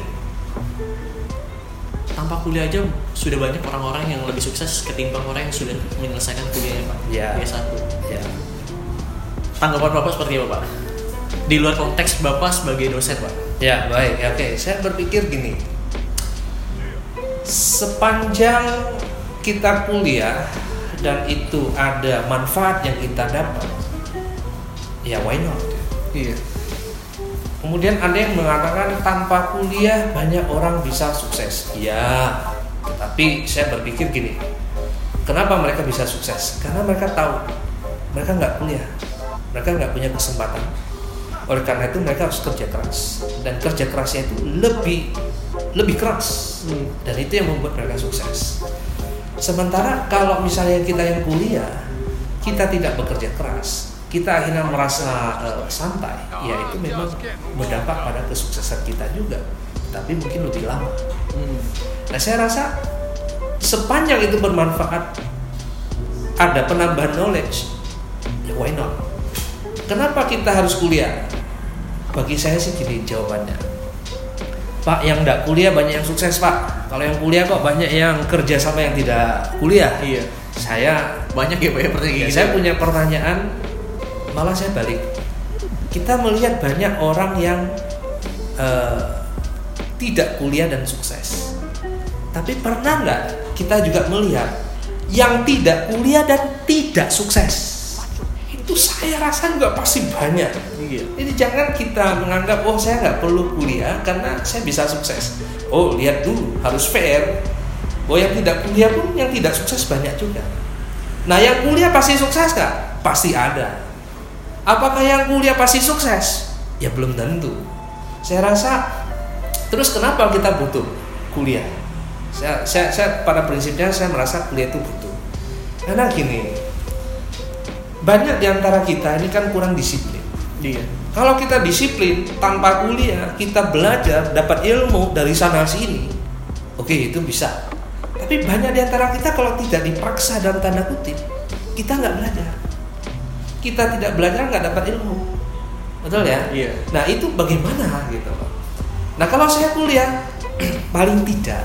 Speaker 1: tanpa kuliah aja sudah banyak orang-orang yang lebih sukses ketimbang orang yang sudah menyelesaikan kuliahnya Pak.
Speaker 2: Ya.
Speaker 1: D satu.
Speaker 2: Ya.
Speaker 1: Tanggapan Bapak seperti apa Pak? Di luar konteks Bapak sebagai dosen Pak.
Speaker 2: Ya baik, oke. Okay. Saya berpikir gini, sepanjang kita kuliah dan itu ada manfaat yang kita dapat, ya why not?
Speaker 1: Iya.
Speaker 2: Kemudian ada yang mengatakan tanpa kuliah banyak orang bisa sukses. Ya, tapi saya berpikir gini, kenapa mereka bisa sukses? Karena mereka tahu mereka nggak kuliah, mereka nggak punya kesempatan. Oleh karena itu mereka harus kerja keras, dan kerja kerasnya itu lebih lebih keras, hmm. dan itu yang membuat mereka sukses. Sementara kalau misalnya kita yang kuliah, kita tidak bekerja keras, kita akhirnya merasa uh, santai, ya itu memang berdampak pada kesuksesan kita juga, tapi mungkin lebih lama. Hmm. Nah saya rasa sepanjang itu bermanfaat, ada penambahan knowledge, ya why not? Kenapa kita harus kuliah? Bagi saya sih gini jawabannya, Pak, yang tidak kuliah banyak yang sukses Pak. Kalau yang kuliah kok banyak yang kerja sama yang tidak kuliah.
Speaker 1: Iya.
Speaker 2: Saya
Speaker 1: banyak ya Pak ya pertanyaan.
Speaker 2: Ya, saya punya pertanyaan, malah saya balik. Kita melihat banyak orang yang uh, tidak kuliah dan sukses. Tapi pernah nggak kita juga melihat yang tidak kuliah dan tidak sukses? Itu saya rasa juga pasti banyak.
Speaker 1: Iya.
Speaker 2: Jadi jangan kita menganggap oh saya nggak perlu kuliah karena saya bisa sukses. Oh lihat dulu, harus fair. Oh yang tidak kuliah pun yang tidak sukses banyak juga. Nah yang kuliah pasti sukses nggak? Pasti ada. Apakah yang kuliah pasti sukses? Ya belum tentu. Saya rasa terus kenapa kita butuh kuliah? Saya, saya, saya pada prinsipnya saya merasa kuliah itu butuh. Karena gini. Banyak diantara kita ini kan kurang disiplin.
Speaker 1: Iya.
Speaker 2: Kalau kita disiplin tanpa kuliah, kita belajar dapat ilmu dari sana sini, oke itu bisa. Tapi banyak diantara kita kalau tidak dipaksa dalam tanda kutip, kita nggak belajar. Kita tidak belajar nggak dapat ilmu, betul ya?
Speaker 1: Iya.
Speaker 2: Nah itu bagaimana gitu loh. Nah kalau saya kuliah, paling tidak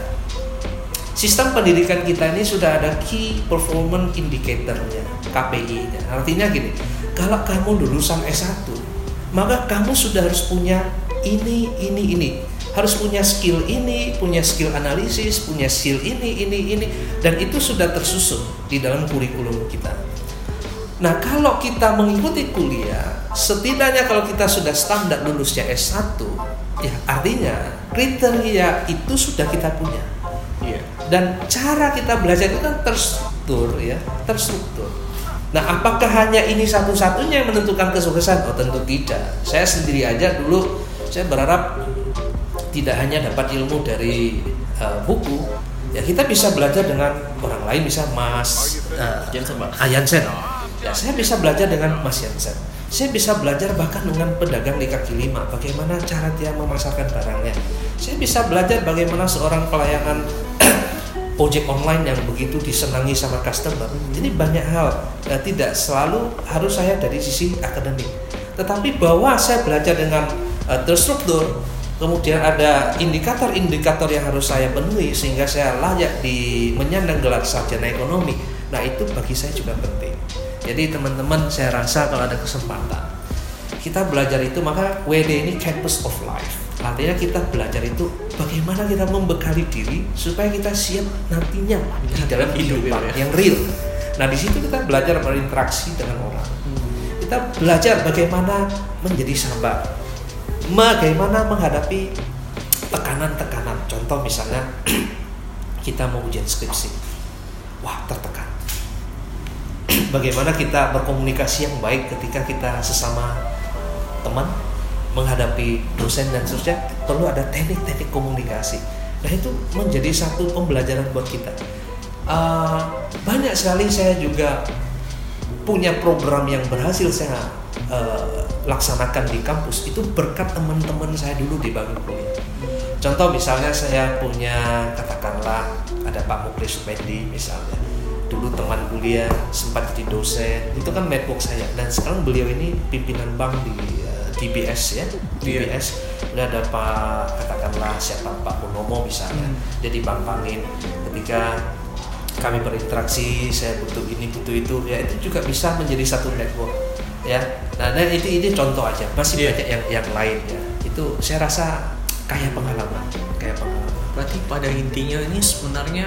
Speaker 2: sistem pendidikan kita ini sudah ada Key Performance Indicator-nya, K P I-nya. Artinya gini, kalau kamu lulusan S satu, maka kamu sudah harus punya ini, ini, ini. Harus punya skill ini, punya skill analisis, punya skill ini, ini, ini. Dan itu sudah tersusun di dalam kurikulum kita. Nah, kalau kita mengikuti kuliah, setidaknya kalau kita sudah standar lulusnya S satu, ya artinya kriteria itu sudah kita punya.
Speaker 1: Iya.
Speaker 2: Dan cara kita belajar itu kan terstruktur ya, terstruktur. Nah, apakah hanya ini satu-satunya yang menentukan kesuksesan? Oh, tentu tidak. Saya sendiri aja dulu, saya berharap tidak hanya dapat ilmu dari uh, buku, ya kita bisa belajar dengan orang lain, bisa Mas uh,
Speaker 1: Jansen, Pak.
Speaker 2: Ayansen. Ya, saya bisa belajar dengan Mas Yansen. Saya bisa belajar bahkan dengan pedagang di kaki lima, bagaimana cara dia memasarkan barangnya. Saya bisa belajar bagaimana seorang pelayanan ojek online yang begitu disenangi sama customer. Jadi banyak hal, ya, tidak selalu harus saya dari sisi akademik. Tetapi bahwa saya belajar dengan uh, terstruktur, kemudian ada indikator-indikator yang harus saya penuhi sehingga saya layak di menyandang gelar sarjana ekonomi. Nah itu bagi saya juga penting. Jadi teman-teman, saya rasa kalau ada kesempatan kita belajar itu, maka W D ini campus of life. Artinya kita belajar itu bagaimana kita membekali diri supaya kita siap nantinya di dalam kehidupan yang real. Nah di situ kita belajar berinteraksi dengan orang. Kita belajar bagaimana menjadi sabar, bagaimana menghadapi tekanan-tekanan. Contoh misalnya kita mau ujian skripsi, wah tertekan. Bagaimana kita berkomunikasi yang baik ketika kita sesama teman, menghadapi dosen dan seterusnya, perlu ada teknik-teknik komunikasi. Nah itu menjadi satu pembelajaran buat kita. Uh, banyak sekali saya juga punya program yang berhasil saya uh, laksanakan di kampus itu berkat teman-teman saya dulu di bangku kuliah. Contoh misalnya saya punya, katakanlah ada Pak Muklis Sumendi misalnya. dulu teman kuliah, sempat jadi dosen, itu kan network saya. Dan sekarang beliau ini pimpinan bank di uh, D B S ya, D B S. Udah ada Pak, katakanlah siapa Pak Purnomo misalnya, hmm. jadi Bank Panin. Ketika kami berinteraksi, saya butuh ini butuh itu, ya itu juga bisa menjadi satu network ya. Nah, dan itu ini contoh aja, masih yeah. banyak yang yang lain ya. Itu saya rasa kaya pengalaman, kaya pengalaman.
Speaker 1: Berarti pada intinya ini sebenarnya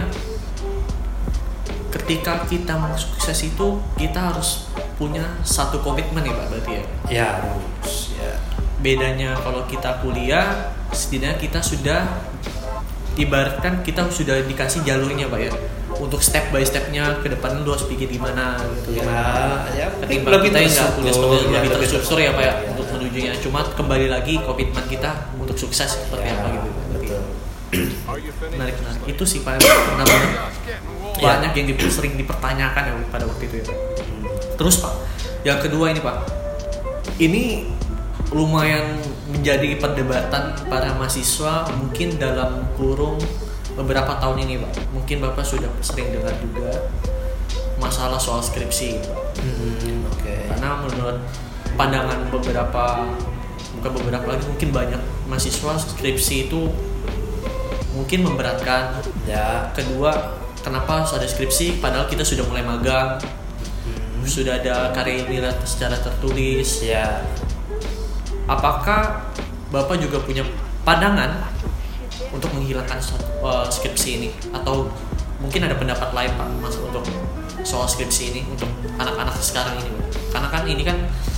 Speaker 1: ketika kita mau sukses itu kita harus punya satu komitmen ya Pak, berarti ya?
Speaker 2: Ya harus ya.
Speaker 1: Bedanya kalau kita kuliah, setidaknya kita sudah ibaratkan kita sudah dikasih jalurnya Pak ya, untuk step by stepnya ke depan lu harus pikir gimana gitu
Speaker 2: ya. Ya,
Speaker 1: ketimbang kita yang nggak punya struktur ya, lebih terstruktur ya Pak ya, ya untuk menujunya. Cuma kembali lagi komitmen kita untuk sukses seperti ya, apa gitu.
Speaker 2: Betul.
Speaker 1: Menarik, menarik. Itu sih Pak benar-benar banyak yang di, sering dipertanyakan ya pada waktu itu ya Pak. Terus Pak, yang kedua ini Pak, ini lumayan menjadi perdebatan para mahasiswa mungkin dalam kurung beberapa tahun ini Pak. Mungkin Bapak sudah sering dengar juga masalah soal skripsi Pak.
Speaker 2: Hmm, Oke. Okay.
Speaker 1: Karena menurut pandangan beberapa, bukan beberapa lagi, mungkin banyak mahasiswa skripsi itu mungkin memberatkan.
Speaker 2: Ya.
Speaker 1: Kedua, kenapa harus ada skripsi padahal kita sudah mulai magang, hmm. sudah ada karya nilai secara tertulis.
Speaker 2: Ya.
Speaker 1: Apakah Bapak juga punya pandangan untuk menghilangkan uh, skripsi ini, atau mungkin ada pendapat lain Pak Mas untuk soal skripsi ini untuk anak-anak sekarang ini Pak? Karena kan ini kan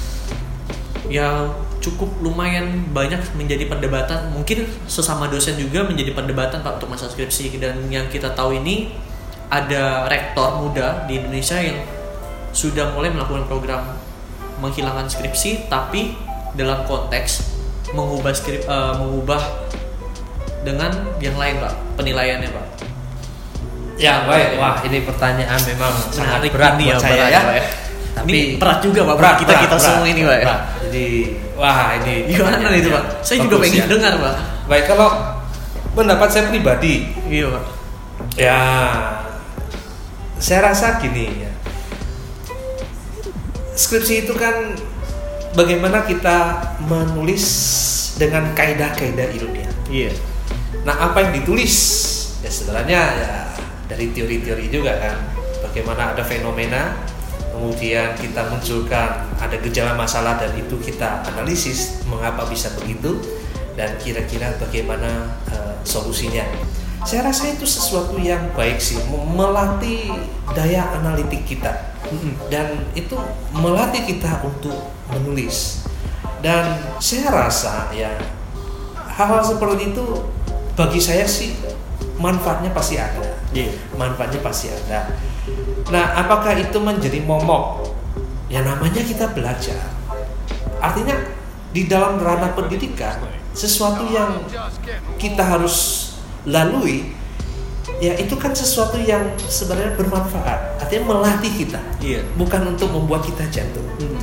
Speaker 1: ya cukup lumayan banyak menjadi perdebatan, mungkin sesama dosen juga menjadi perdebatan Pak untuk masalah skripsi. Dan yang kita tahu ini ada rektor muda di Indonesia yang sudah mulai melakukan program menghilangkan skripsi, tapi dalam konteks mengubah skrip, uh, mengubah dengan yang lain Pak, penilaiannya Pak.
Speaker 2: Ya baik, wah ini pertanyaan memang sangat
Speaker 1: Menarik
Speaker 2: berat
Speaker 1: ini
Speaker 2: buat
Speaker 1: ya,
Speaker 2: saya
Speaker 1: berat,
Speaker 2: ya.
Speaker 1: ya.
Speaker 2: Tapi
Speaker 1: ini berat juga Pak,
Speaker 2: berat,
Speaker 1: kita
Speaker 2: berat,
Speaker 1: kita
Speaker 2: berat,
Speaker 1: semua ini Pak.
Speaker 2: Berat. Jadi wah ini
Speaker 1: gimana itu Pak? Saya juga pengen ya. dengar Pak.
Speaker 2: Baik, kalau pendapat saya pribadi,
Speaker 1: iya Pak.
Speaker 2: Ya, saya rasa gini ya. Skripsi itu kan bagaimana kita menulis dengan kaidah-kaidah ilmiah.
Speaker 1: Iya.
Speaker 2: Nah, apa yang ditulis ya sebenarnya ya dari teori-teori juga kan. Bagaimana ada fenomena, kemudian kita munculkan ada gejala masalah dan itu kita analisis mengapa bisa begitu dan kira-kira bagaimana uh, solusinya. Saya rasa itu sesuatu yang baik sih, melatih daya analitik kita dan itu melatih kita untuk menulis. Dan saya rasa ya hal-hal seperti itu bagi saya sih manfaatnya pasti ada.
Speaker 1: Yeah.
Speaker 2: Manfaatnya pasti ada. Nah, apakah itu menjadi momok? Ya namanya kita belajar. Artinya di dalam ranah pendidikan sesuatu yang kita harus lalui ya itu kan sesuatu yang sebenarnya bermanfaat, artinya melatih kita,
Speaker 1: yeah.
Speaker 2: bukan untuk membuat kita jatuh. hmm.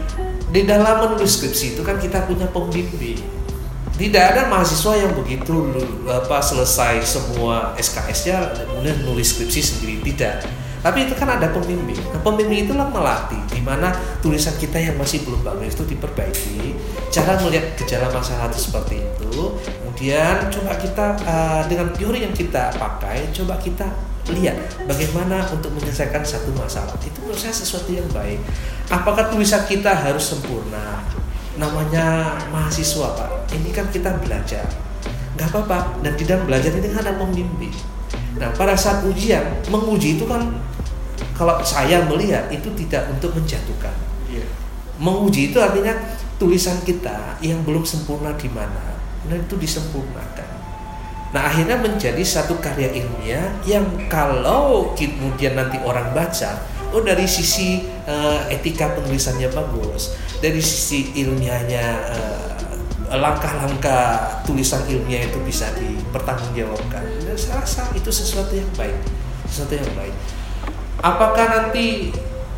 Speaker 2: Di dalam menulis skripsi itu kan kita punya pembimbing. Tidak ada mahasiswa yang begitu apa selesai semua S K S-nya kemudian nulis skripsi sendiri, tidak. Tapi itu kan ada pembimbing. Nah, pembimbing itulah melatih di mana tulisan kita yang masih belum bagus itu diperbaiki. Cara melihat gejala masalah itu seperti itu. Kemudian coba kita uh, dengan teori yang kita pakai, coba kita lihat bagaimana untuk menyelesaikan satu masalah. Itu menurut saya sesuatu yang baik. Apakah tulisan kita harus sempurna? Namanya mahasiswa Pak. Ini kan kita belajar. Gak apa-apa. Dan di dalam belajar ini kan ada pembimbing. Nah, pada saat ujian, menguji itu kan kalau saya melihat itu tidak untuk menjatuhkan.
Speaker 1: Yeah.
Speaker 2: Menguji itu artinya tulisan kita yang belum sempurna di mana, nah itu disempurnakan. Nah, akhirnya menjadi satu karya ilmiah yang kalau kemudian nanti orang baca, oh dari sisi uh, etika penulisannya bagus, dari sisi ilmiahnya uh, langkah-langkah tulisan ilmiah itu bisa dipertanggungjawabkan. Dan saya rasa itu sesuatu yang baik, sesuatu yang baik. Apakah nanti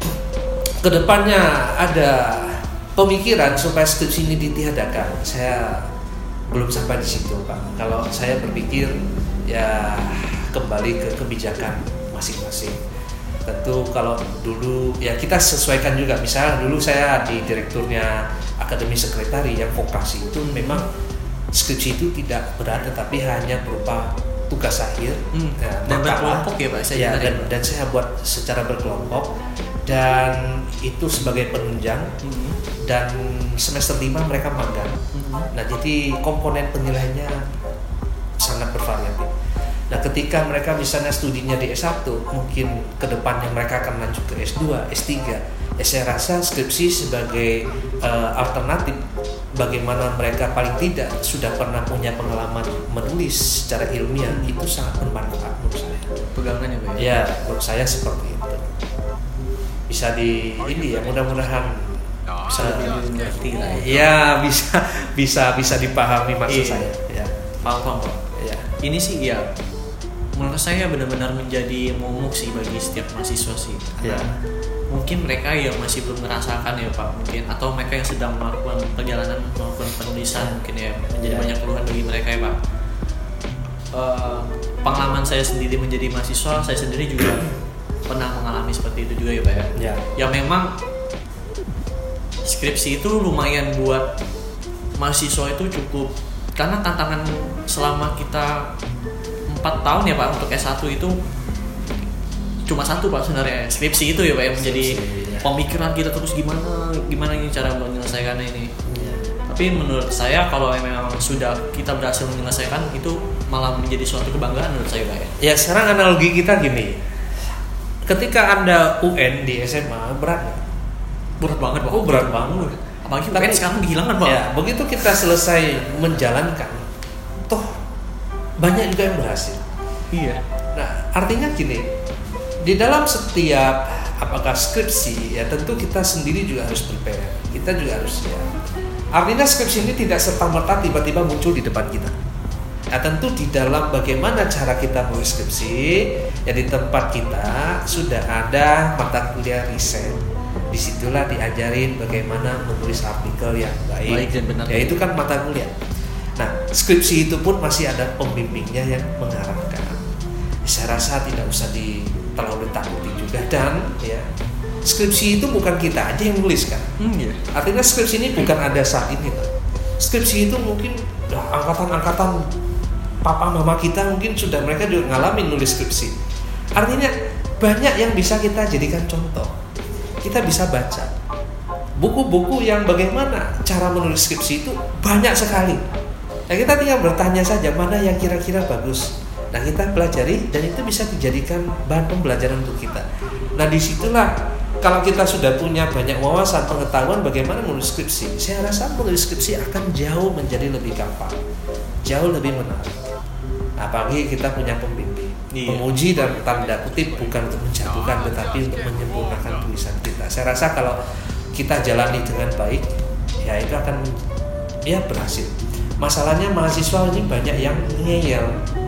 Speaker 2: kedepannya ada pemikiran supaya skripsi ini ditiadakan? Saya belum sampai di situ, Pak. Kalau saya berpikir ya kembali ke kebijakan masing-masing. Tentu kalau dulu ya kita sesuaikan juga, misalnya dulu saya di direkturnya Akademi Sekretari yang vokasi itu memang skripsi itu tidak berat tetapi hanya berupa tugas akhir
Speaker 1: hmm.
Speaker 2: ya,
Speaker 1: dan berkelompok ya Pak saya
Speaker 2: ya, dan,
Speaker 1: ya.
Speaker 2: dan saya buat secara berkelompok dan itu sebagai penunjang hmm. dan semester lima mereka magang hmm. nah jadi komponen penilaiannya sangat bervariatif. Nah ketika mereka misalnya studinya di S satu, mungkin ke depannya mereka akan lanjut ke S dua, S tiga. Ya saya rasa skripsi sebagai uh, alternatif bagaimana mereka paling tidak sudah pernah punya pengalaman menulis secara ilmiah itu sangat bermanfaat menurut saya.
Speaker 1: Pegangannya Pak?
Speaker 2: Ya menurut saya seperti itu. Bisa di ini ya mudah-mudahan
Speaker 1: bisa lebih mengerti lah.
Speaker 2: Ya bisa bisa bisa dipahami maksud
Speaker 1: iya.
Speaker 2: saya. Ya.
Speaker 1: Paham Pak. Ya. Ini sih ya. Menurut saya benar-benar menjadi momok sih bagi setiap mahasiswa sih.
Speaker 2: Ya.
Speaker 1: Mungkin mereka yang masih belum merasakan ya Pak, mungkin atau mereka yang sedang melakukan perjalanan melakukan penulisan mungkin ya menjadi ya. banyak keluhan bagi mereka ya Pak. Uh, pengalaman saya sendiri menjadi mahasiswa, saya sendiri juga pernah mengalami seperti itu juga ya Pak ya.
Speaker 2: Ya.
Speaker 1: Ya memang skripsi itu lumayan buat mahasiswa itu cukup karena tantangan selama kita empat tahun ya Pak untuk S satu itu cuma satu Pak sebenarnya skripsi itu ya Pak yang menjadi ya. Pemikiran kita terus gimana gimana ini cara menyelesaikannya ini ya. Tapi menurut saya kalau memang sudah kita berhasil menyelesaikan itu malah menjadi suatu kebanggaan menurut saya Pak ya.
Speaker 2: Ya sekarang analogi kita gini, ketika Anda U N di S M A berat nggak?
Speaker 1: Berat banget Pak.
Speaker 2: Oh berat banget.
Speaker 1: Apalagi U N sekarang dihilangkan Pak.
Speaker 2: Ya begitu kita selesai menjalankan, toh banyak juga yang berhasil.
Speaker 1: Iya.
Speaker 2: Nah, artinya gini, di dalam setiap apakah skripsi ya tentu kita sendiri juga harus prepare. Kita juga harus siap. Artinya skripsi ini tidak serta-merta tiba-tiba muncul di depan kita. Nah, tentu di dalam bagaimana cara kita menulis skripsi, ya di tempat kita sudah ada mata kuliah riset. Disitulah diajarin bagaimana menulis artikel yang baik,
Speaker 1: baik dan benar.
Speaker 2: Ya itu kan mata kuliah. Nah, skripsi itu pun masih ada pembimbingnya yang mengarahkan. Saya rasa tidak usah di terlalu ditakuti juga dan ya skripsi itu bukan kita aja yang nulis kan.
Speaker 1: Hmm, yeah.
Speaker 2: Artinya skripsi ini bukan ada saat ini lah. Skripsi itu mungkin nah, angkatan-angkatan papa mama kita mungkin sudah mereka juga ngalamin nulis skripsi. Artinya banyak yang bisa kita jadikan contoh. Kita bisa baca buku-buku yang bagaimana cara menulis skripsi itu banyak sekali. Nah kita tinggal bertanya saja mana yang kira-kira bagus. Nah kita pelajari dan itu bisa dijadikan bahan pembelajaran untuk kita. Nah disitulah kalau kita sudah punya banyak wawasan pengetahuan bagaimana menulis skripsi, saya rasa menulis skripsi akan jauh menjadi lebih gampang, jauh lebih menarik. Apalagi kita punya pembimbing, iya. Penguji dan tanda kutip bukan untuk menjatuhkan tetapi untuk menyempurnakan tulisan kita. Saya rasa kalau kita jalani dengan baik, ya itu akan ya berhasil. Masalahnya mahasiswa ini banyak yang ngeyel,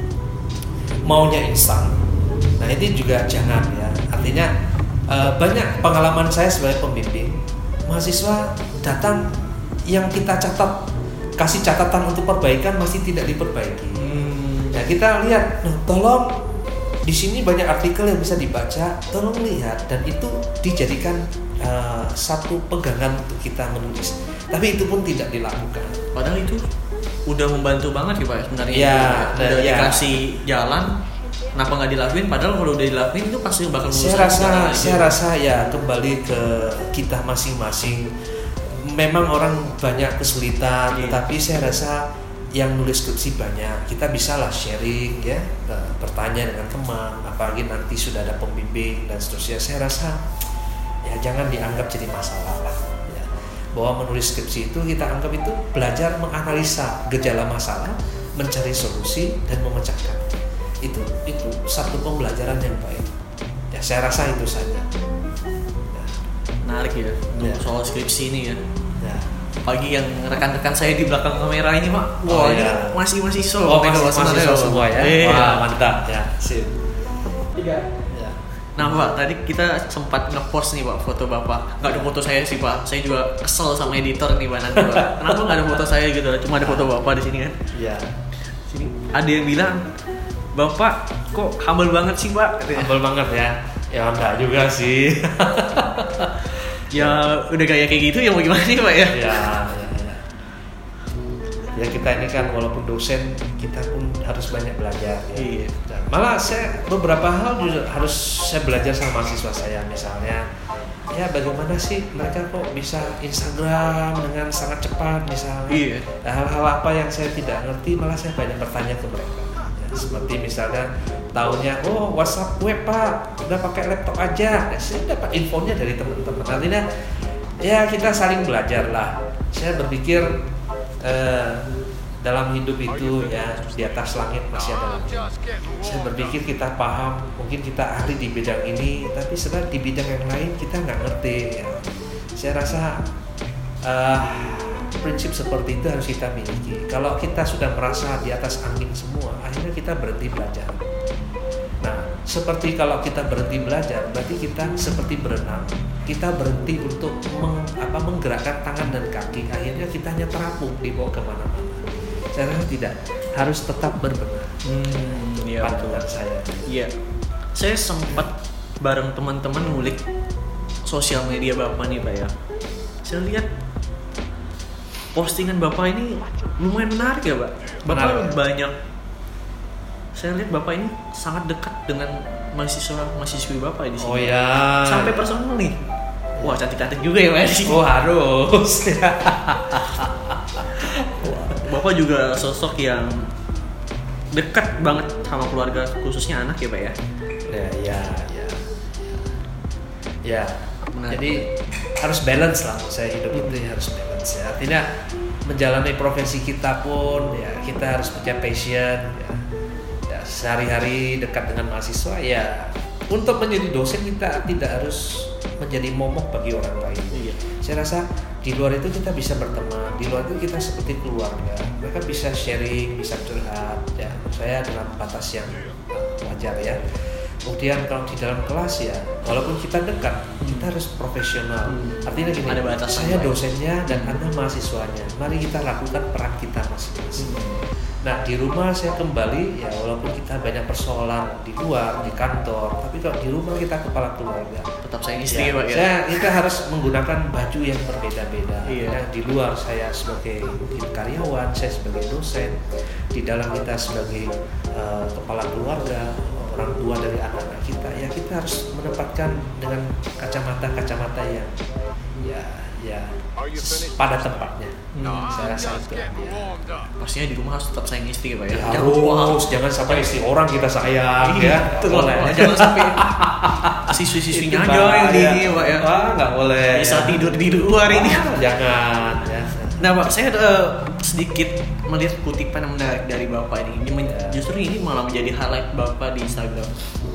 Speaker 2: maunya instan. Nah itu juga jangan ya. Artinya uh, banyak pengalaman saya sebagai pembimbing, mahasiswa datang yang kita catat, kasih catatan untuk perbaikan masih tidak diperbaiki. Hmm. Ya kita lihat, nah, tolong di sini banyak artikel yang bisa dibaca, tolong lihat dan itu dijadikan uh, satu pegangan untuk kita menulis. Tapi itu pun tidak dilakukan.
Speaker 1: Padahal itu udah membantu banget ya Pak sebenarnya.
Speaker 2: Ya,
Speaker 1: udah
Speaker 2: ya.
Speaker 1: dikasih jalan, kenapa nggak dilakuin? Padahal kalau udah dilakuin itu pasti bakal
Speaker 2: lulus. Saya rasa, saya rasa ya kembali ke kita masing-masing. Memang orang banyak kesulitan, yeah. Tapi saya rasa yang nulis skripsi banyak. Kita bisa lah sharing ya, bertanya dengan teman, apalagi nanti sudah ada pembimbing dan seterusnya. Saya rasa ya jangan dianggap jadi masalah lah. Bahwa menulis skripsi itu kita anggap itu belajar menganalisa gejala masalah, mencari solusi dan memecahkan. Itu itu satu pembelajaran yang baik. Ya saya rasa itu saja.
Speaker 1: Nah, menarik ya untuk ya. Soal skripsi ini ya.
Speaker 2: Ya.
Speaker 1: Pagi yang rekan-rekan saya di belakang kamera ini Pak, wah oh, ini ya. masih masih solo.
Speaker 2: Oh, masih mahasiswa semua ya.
Speaker 1: Eh,
Speaker 2: wah mantap ya. Sip.
Speaker 1: Tiga. Nah Pak, tadi kita sempat nge-post nih Pak foto Bapak. Nggak ada foto saya sih Pak, saya juga kesel sama editor nih Pak nanti Pak. Kenapa nggak ada foto saya gitu, cuma ada foto Bapak di sini kan?
Speaker 2: Iya.
Speaker 1: Sini ada yang bilang, Bapak kok humble banget sih Pak?
Speaker 2: Humble banget ya. Ya enggak juga sih.
Speaker 1: Ya udah gaya kayak gitu ya mau gimana nih Pak ya?
Speaker 2: Ya, ya, ya. Ya kita ini kan walaupun dosen kita pun harus banyak belajar. Ya.
Speaker 1: Iya.
Speaker 2: Dan malah saya beberapa hal juga harus saya belajar sama mahasiswa saya, misalnya ya bagaimana sih mereka kok bisa Instagram dengan sangat cepat misalnya.
Speaker 1: Iya.
Speaker 2: Hal-hal apa yang saya tidak ngerti malah saya banyak bertanya ke mereka. Ya, seperti misalnya tahunya oh WhatsApp web Pak udah pakai laptop aja. Ya, saya dapat infonya dari teman-teman. Artinya ya kita saling belajar lah. Saya berpikir eh, dalam hidup itu ya di atas langit masih ada langit. Saya berpikir kita paham, mungkin kita ahli di bidang ini, tapi sebenarnya di bidang yang lain kita nggak ngerti. Ya. Saya rasa uh, prinsip seperti itu harus kita miliki. Kalau kita sudah merasa di atas angin semua, akhirnya kita berhenti belajar. Nah, seperti kalau kita berhenti belajar, berarti kita seperti berenang. Kita berhenti untuk meng, apa, menggerakkan tangan dan kaki, akhirnya kita hanya terapung dibawa kemana-mana. Saya rasa tidak, harus tetap berbenah.
Speaker 1: Hmm, iya
Speaker 2: Pandangan saya.
Speaker 1: Iya. Saya sempat bareng teman-teman ngulik sosial media Bapak nih Pak ya. Saya lihat postingan Bapak ini lumayan menarik ya Pak. Bapak
Speaker 2: Menarik.
Speaker 1: banyak. Saya lihat Bapak ini sangat dekat dengan mahasiswa mahasiswi Bapak di sini.
Speaker 2: Oh ya.
Speaker 1: Sampai personal nih. Wah cantik-cantik juga ya Pak di sini.
Speaker 2: Oh harus.
Speaker 1: Bapak juga sosok yang dekat banget sama keluarga, khususnya anak ya Pak ya.
Speaker 2: Ya, ya, ya. Ya.
Speaker 1: Menarik.
Speaker 2: Jadi harus balance lah, saya hidup itu ya, harus balance ya. Artinya menjalani profesi kita pun ya kita harus punya passion ya. Ya sehari-hari dekat dengan mahasiswa ya. Untuk menjadi dosen kita tidak harus menjadi momok bagi orang lain.
Speaker 1: Iya.
Speaker 2: Saya rasa di luar itu kita bisa berteman, di luar itu kita seperti keluarga. Mereka bisa sharing, bisa curhat, ya. Menurut saya dalam batas yang wajar ya. Kemudian kalau di dalam kelas ya, walaupun kita dekat, kita harus profesional. Artinya gini,
Speaker 1: Ada batasan
Speaker 2: saya
Speaker 1: lain.
Speaker 2: dosennya dan Anda mahasiswanya. Mari kita lakukan peran kita masing-masing. Nah di rumah saya kembali ya walaupun kita banyak persoalan di luar, di kantor, tapi kalau di rumah kita kepala keluarga.
Speaker 1: Tetap sayang istri
Speaker 2: Ya,
Speaker 1: Pak ya.
Speaker 2: saya, kita harus menggunakan baju yang berbeda-beda.
Speaker 1: Iya.
Speaker 2: Ya, di luar saya sebagai mungkin karyawan, saya sebagai dosen, di dalam kita sebagai uh, kepala keluarga, orang tua dari anak-anak kita. Ya kita harus menempatkan dengan kacamata-kacamata yang ya ya pada tempatnya.
Speaker 1: Hmm.
Speaker 2: Saya rasa itu. Ya.
Speaker 1: Pastinya di rumah harus tetap sayang istri ya Pak ya.
Speaker 2: Ya, harus, jangan sampai istri orang kita sayang
Speaker 1: Iya,
Speaker 2: ya.
Speaker 1: betul,
Speaker 2: Nggak boleh.
Speaker 1: Pak. Jangan sampai siswi-siswinya
Speaker 2: Itu
Speaker 1: aja yang
Speaker 2: bahaya.
Speaker 1: di ini Pak ya.
Speaker 2: Wah, nggak boleh.
Speaker 1: Bisa
Speaker 2: ya.
Speaker 1: tidur di luar ini.
Speaker 2: Wah, jangan ya.
Speaker 1: Nah Pak, saya uh, sedikit melihat kutipan yang menarik dari Bapak ini. Ini men- Justru ini malah menjadi highlight Bapak di Instagram.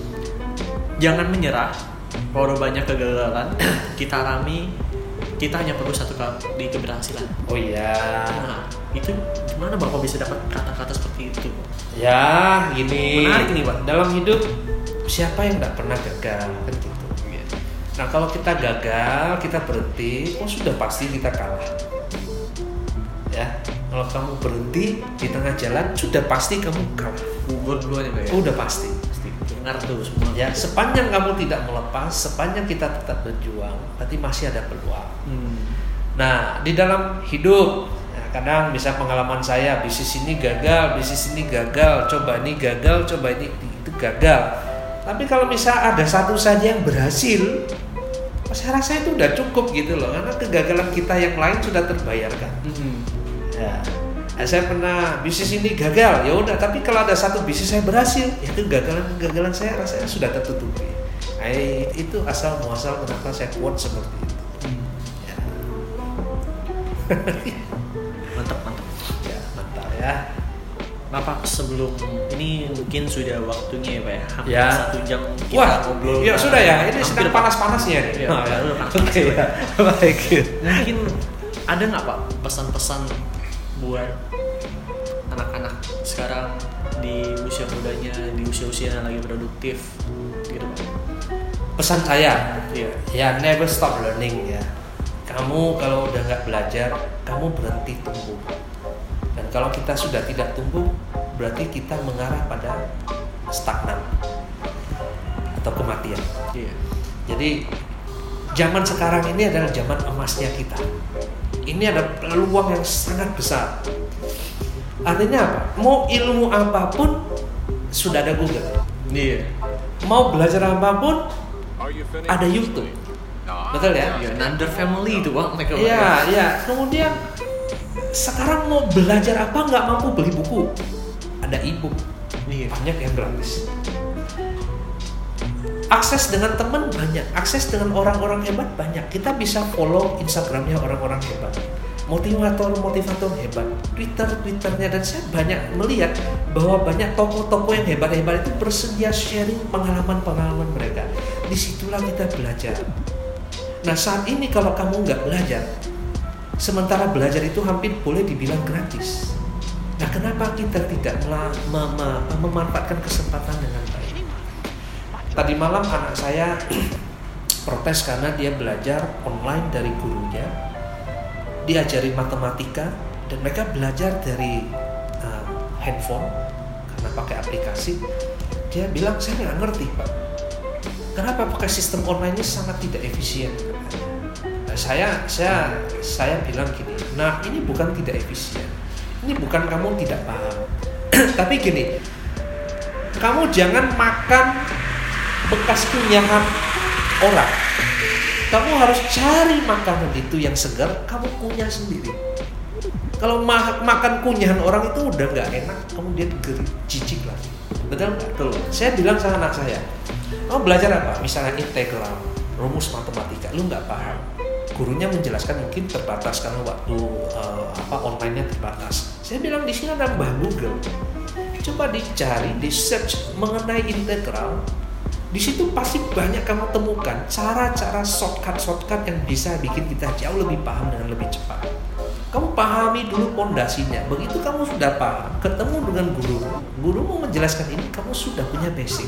Speaker 1: Jangan menyerah. Kalau banyak kegagalan, kita rami, kita hanya perlu satu kali keberhasilan.
Speaker 2: Oh iya.
Speaker 1: Nah, itu gimana Bapak bisa dapat kata-kata seperti itu?
Speaker 2: Ya, gini.
Speaker 1: Menarik nih, Pak.
Speaker 2: Dalam hidup siapa yang nggak pernah gagal kan gitu. Nah, kalau kita gagal, kita berhenti, oh sudah pasti kita kalah. Ya, kalau kamu berhenti di tengah jalan, sudah pasti kamu kalah.
Speaker 1: Gugur duluan ya Pak ya?
Speaker 2: Udah pasti. pasti.
Speaker 1: Dengar tuh semua.
Speaker 2: Ya, sepanjang kamu tidak melepas, sepanjang kita tetap berjuang, berarti masih ada peluang.
Speaker 1: Hmm.
Speaker 2: Nah, di dalam hidup, ya, kadang bisa pengalaman saya, bisnis ini gagal, bisnis ini gagal, coba ini gagal, coba ini itu gagal. Tapi kalau misal ada satu saja yang berhasil, saya rasa itu udah cukup gitu loh, karena kegagalan kita yang lain sudah terbayarkan.
Speaker 1: Hmm.
Speaker 2: Ya. Nah, saya pernah bisnis ini gagal, ya udah. Tapi kalau ada satu bisnis saya berhasil, ya itu kegagalan-kegagalan saya rasanya sudah tertutupi. Nah, itu asal muasal kenapa saya quote seperti itu.
Speaker 1: Hmm.
Speaker 2: Ya.
Speaker 1: Mantap mantap.
Speaker 2: Ya, mantap ya.
Speaker 1: Bapak sebelum ini mungkin sudah waktunya ya Pak ya, hampir
Speaker 2: Ya.
Speaker 1: satu jam kita
Speaker 2: Wah,
Speaker 1: ngobrol.
Speaker 2: ya sudah ya. Ini
Speaker 1: Hampir,
Speaker 2: sedang
Speaker 1: Pak.
Speaker 2: panas-panasnya nih.
Speaker 1: Iya,
Speaker 2: Oh, ya.
Speaker 1: baru panas.
Speaker 2: Oke ya. Baik.
Speaker 1: Mungkin ada nggak Pak pesan-pesan buat anak-anak sekarang di usia mudanya, di usia-usia yang lagi produktif gitu Pak?
Speaker 2: Pesan saya,
Speaker 1: Iya.
Speaker 2: ya never stop learning ya. Kamu kalau udah nggak belajar, kamu berhenti tumbuh. Dan kalau kita sudah tidak tumbuh, berarti kita mengarah pada stagnan. atau kematian.
Speaker 1: Iya.
Speaker 2: Jadi zaman sekarang ini adalah zaman emasnya kita. Ini ada peluang yang sangat besar. Artinya apa? Mau ilmu apapun sudah ada Google.
Speaker 1: Iya.
Speaker 2: Mau belajar apapun ada YouTube. Betul ya?
Speaker 1: Ya, Nander family itu bang mereka.
Speaker 2: Iya, iya. Kemudian sekarang mau belajar apa nggak mampu beli buku, ada e-book.
Speaker 1: Iya.
Speaker 2: Banyak yang gratis. Akses dengan teman banyak, akses dengan orang-orang hebat banyak. Kita bisa follow Instagramnya orang-orang hebat, motivator-motivator hebat, Twitter-twitternya, dan saya banyak melihat bahwa banyak tokoh-tokoh yang hebat-hebat itu bersedia sharing pengalaman-pengalaman mereka. Disitulah kita belajar. Nah saat ini kalau kamu nggak belajar, sementara belajar itu hampir boleh dibilang gratis. Nah kenapa kita tidak mem- mem- memanfaatkan kesempatan dengan baik? Tadi malam anak saya protes karena dia belajar online dari gurunya, diajari matematika, dan mereka belajar dari uh, handphone karena pakai aplikasi. Dia bilang saya nggak ngerti pak, kenapa pakai sistem online ini sangat tidak efisien. Nah, saya saya saya bilang gini, nah ini bukan tidak efisien, ini bukan kamu tidak paham, tapi gini, kamu jangan makan bekas kunyahan orang. Kamu harus cari makanan itu yang segar, kamu kunyah sendiri. Kalau ma- makan kunyahan orang itu udah nggak enak, kemudian geri, jijik lagi. Betul nggak? Betul. Saya bilang sama anak saya, kamu belajar apa? Misalnya integral, rumus matematika, lu nggak paham. Gurunya menjelaskan mungkin terbatas karena waktu uh, apa online-nya terbatas. Saya bilang di sini ada Mbah Google. Coba dicari, di search mengenai integral. Di situ pasti banyak kamu temukan cara-cara shortcut-shortcut yang bisa bikin kita jauh lebih paham dengan lebih cepat. Kamu pahami dulu pondasinya. Begitu kamu sudah paham, ketemu dengan guru, guru mau menjelaskan ini, kamu sudah punya basic.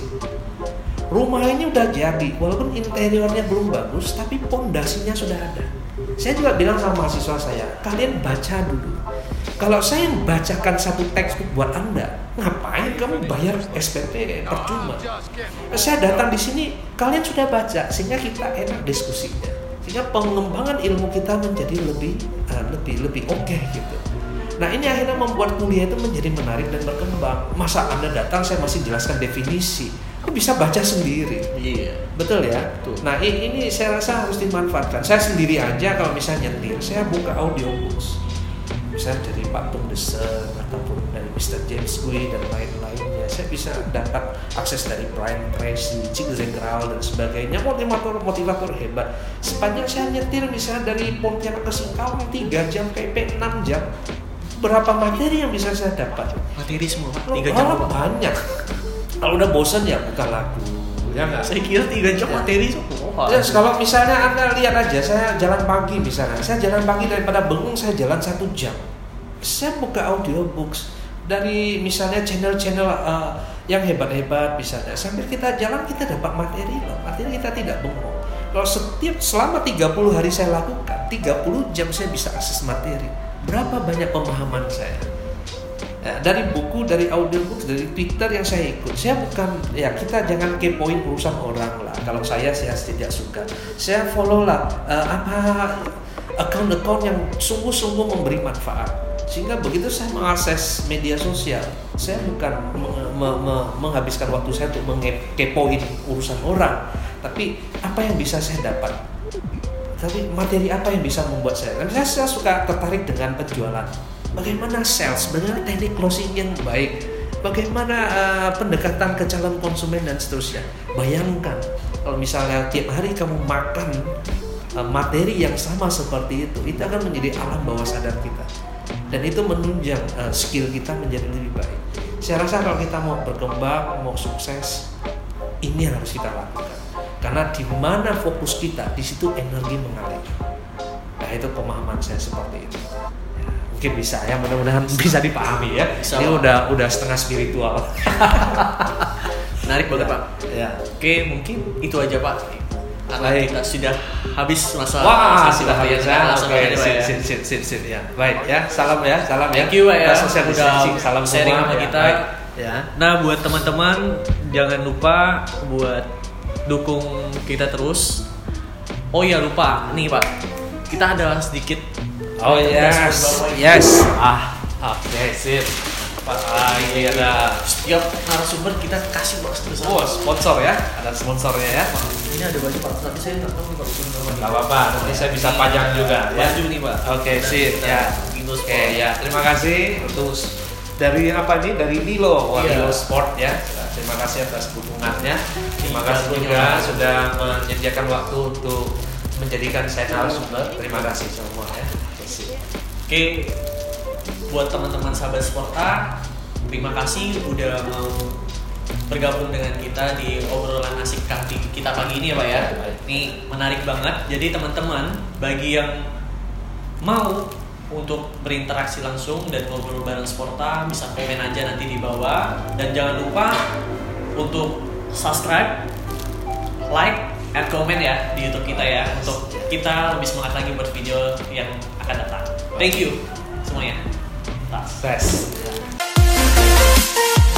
Speaker 2: Rumah ini udah jadi, walaupun interiornya belum bagus, tapi pondasinya sudah ada. Saya juga bilang sama mahasiswa saya, kalian baca dulu. Kalau saya bacakan satu textbook buat Anda, ngapain kamu bayar S P P percuma? Saya datang di sini, kalian sudah baca, sehingga kita enak diskusinya, sehingga pengembangan ilmu kita menjadi lebih uh, lebih lebih oke okay, gitu. Nah ini akhirnya membuat kuliah itu menjadi menarik dan berkembang. Masa Anda datang saya masih jelaskan definisi, aku bisa baca sendiri.
Speaker 1: Iya.
Speaker 2: Betul ya.
Speaker 1: Betul.
Speaker 2: Nah ini saya rasa harus dimanfaatkan. Saya sendiri aja kalau misalnya nyetir, saya buka audiobooks. Misalnya dari Pak Tung Desen ataupun dari mister James Gui dan lain-lainnya, saya bisa dapat akses dari Brian Tracy, Zig Ziglar dan sebagainya, motivator-motivator hebat. Sepanjang saya nyetir misalnya dari Pontianak ke Singkawang tiga jam, P P enam jam, berapa materi yang bisa saya dapat?
Speaker 1: Materi semua Pak,
Speaker 2: Oh,
Speaker 1: tiga jam
Speaker 2: oh, banyak. Kalau udah bosan ya buka lagu. Ya nggak?
Speaker 1: Saya kira tiga jam
Speaker 2: Ya.
Speaker 1: materi semua.
Speaker 2: Ya, kalau misalnya Anda lihat aja, saya jalan pagi misalnya, saya jalan pagi daripada bengong, saya jalan satu jam. Saya buka audiobooks dari misalnya channel-channel uh, yang hebat-hebat misalnya. Sambil kita jalan kita dapat materi loh, materi kita tidak bengong. Kalau setiap selama tiga puluh hari saya lakukan, tiga puluh jam saya bisa akses materi. Berapa banyak pemahaman saya? Ya, dari buku, dari audiobooks, dari Twitter yang saya ikut. Saya bukan, ya kita jangan kepoin urusan orang lah. Kalau saya, saya tidak suka. Saya follow lah uh, apa account-account yang sungguh-sungguh memberi manfaat. Sehingga begitu saya mengakses media sosial, saya bukan me- me- me- menghabiskan waktu saya untuk mengepoin urusan orang, tapi apa yang bisa saya dapat. Tapi materi apa yang bisa membuat saya. Dan saya, saya suka tertarik dengan penjualan. Bagaimana sales, bagaimana teknik closing yang baik, bagaimana uh, pendekatan ke calon konsumen dan seterusnya. Bayangkan kalau misalnya tiap hari kamu makan uh, materi yang sama seperti itu, itu akan menjadi alam bawah sadar kita, dan itu menunjang uh, skill kita menjadi lebih baik. Saya rasa kalau kita mau berkembang, mau sukses, ini yang harus kita lakukan. Karena di mana fokus kita, di situ energi mengalir. Nah itu pemahaman saya seperti itu. Mungkin bisa ya, mudah-mudahan bisa dipahami ya.
Speaker 1: Bisa,
Speaker 2: ini
Speaker 1: Pak.
Speaker 2: udah udah setengah spiritual.
Speaker 1: Menarik banget
Speaker 2: Ya,
Speaker 1: Pak.
Speaker 2: ya.
Speaker 1: Oke, mungkin itu aja Pak. Karena
Speaker 2: Baik.
Speaker 1: kita sudah habis masa
Speaker 2: Wah,
Speaker 1: sesi
Speaker 2: sudah
Speaker 1: waktu yang
Speaker 2: habis
Speaker 1: kita
Speaker 2: ya.
Speaker 1: langsung
Speaker 2: Oke,
Speaker 1: aja, Pak,
Speaker 2: sip,
Speaker 1: ya.
Speaker 2: sip, sip, sip, sip, ya. Baik ya, salam ya, salam ya.
Speaker 1: Thank you Pak ya.
Speaker 2: Kita social distancing, salam
Speaker 1: sharing
Speaker 2: semua
Speaker 1: sama
Speaker 2: ya.
Speaker 1: kita.
Speaker 2: Baik. Ya.
Speaker 1: Nah, buat teman-teman jangan lupa buat dukung kita terus. Oh iya lupa nih Pak, kita ada sedikit.
Speaker 2: Oh yes, yes. Ah, oke
Speaker 1: okay,
Speaker 2: sip. Pak, ah, ini ada
Speaker 1: setiap narasumber kita kasih Pak satu.
Speaker 2: Oh sponsor ya, ada sponsornya ya.
Speaker 1: Ini ada baju Pak, tapi saya nggak tahu nih Pak.
Speaker 2: Nggak apa-apa, nanti saya bisa pajang juga.
Speaker 1: Baju ya. Nih Pak.
Speaker 2: Oke okay, sip ya. Oke okay, ya, terima kasih untuk dari apa nih dari Nilo, Wah, yeah. Nilo Sport ya. Terima kasih atas dukungannya. Terima kasih juga sudah menyediakan waktu untuk menjadikan saya narasumber. Terima kasih semua ya. Oke.
Speaker 1: Okay. Buat teman-teman sahabat Sporta, terima kasih udah mau bergabung dengan kita di obrolan asik kita pagi ini ya Pak ya. Ini menarik banget. Jadi teman-teman, bagi yang mau untuk berinteraksi langsung dan ngobrol bareng Sporta, bisa komen aja nanti di bawah. Dan jangan lupa untuk subscribe, like, and comment ya di YouTube kita ya, untuk kita lebih semangat lagi buat video yang akan datang. Thank you semuanya.
Speaker 2: Best.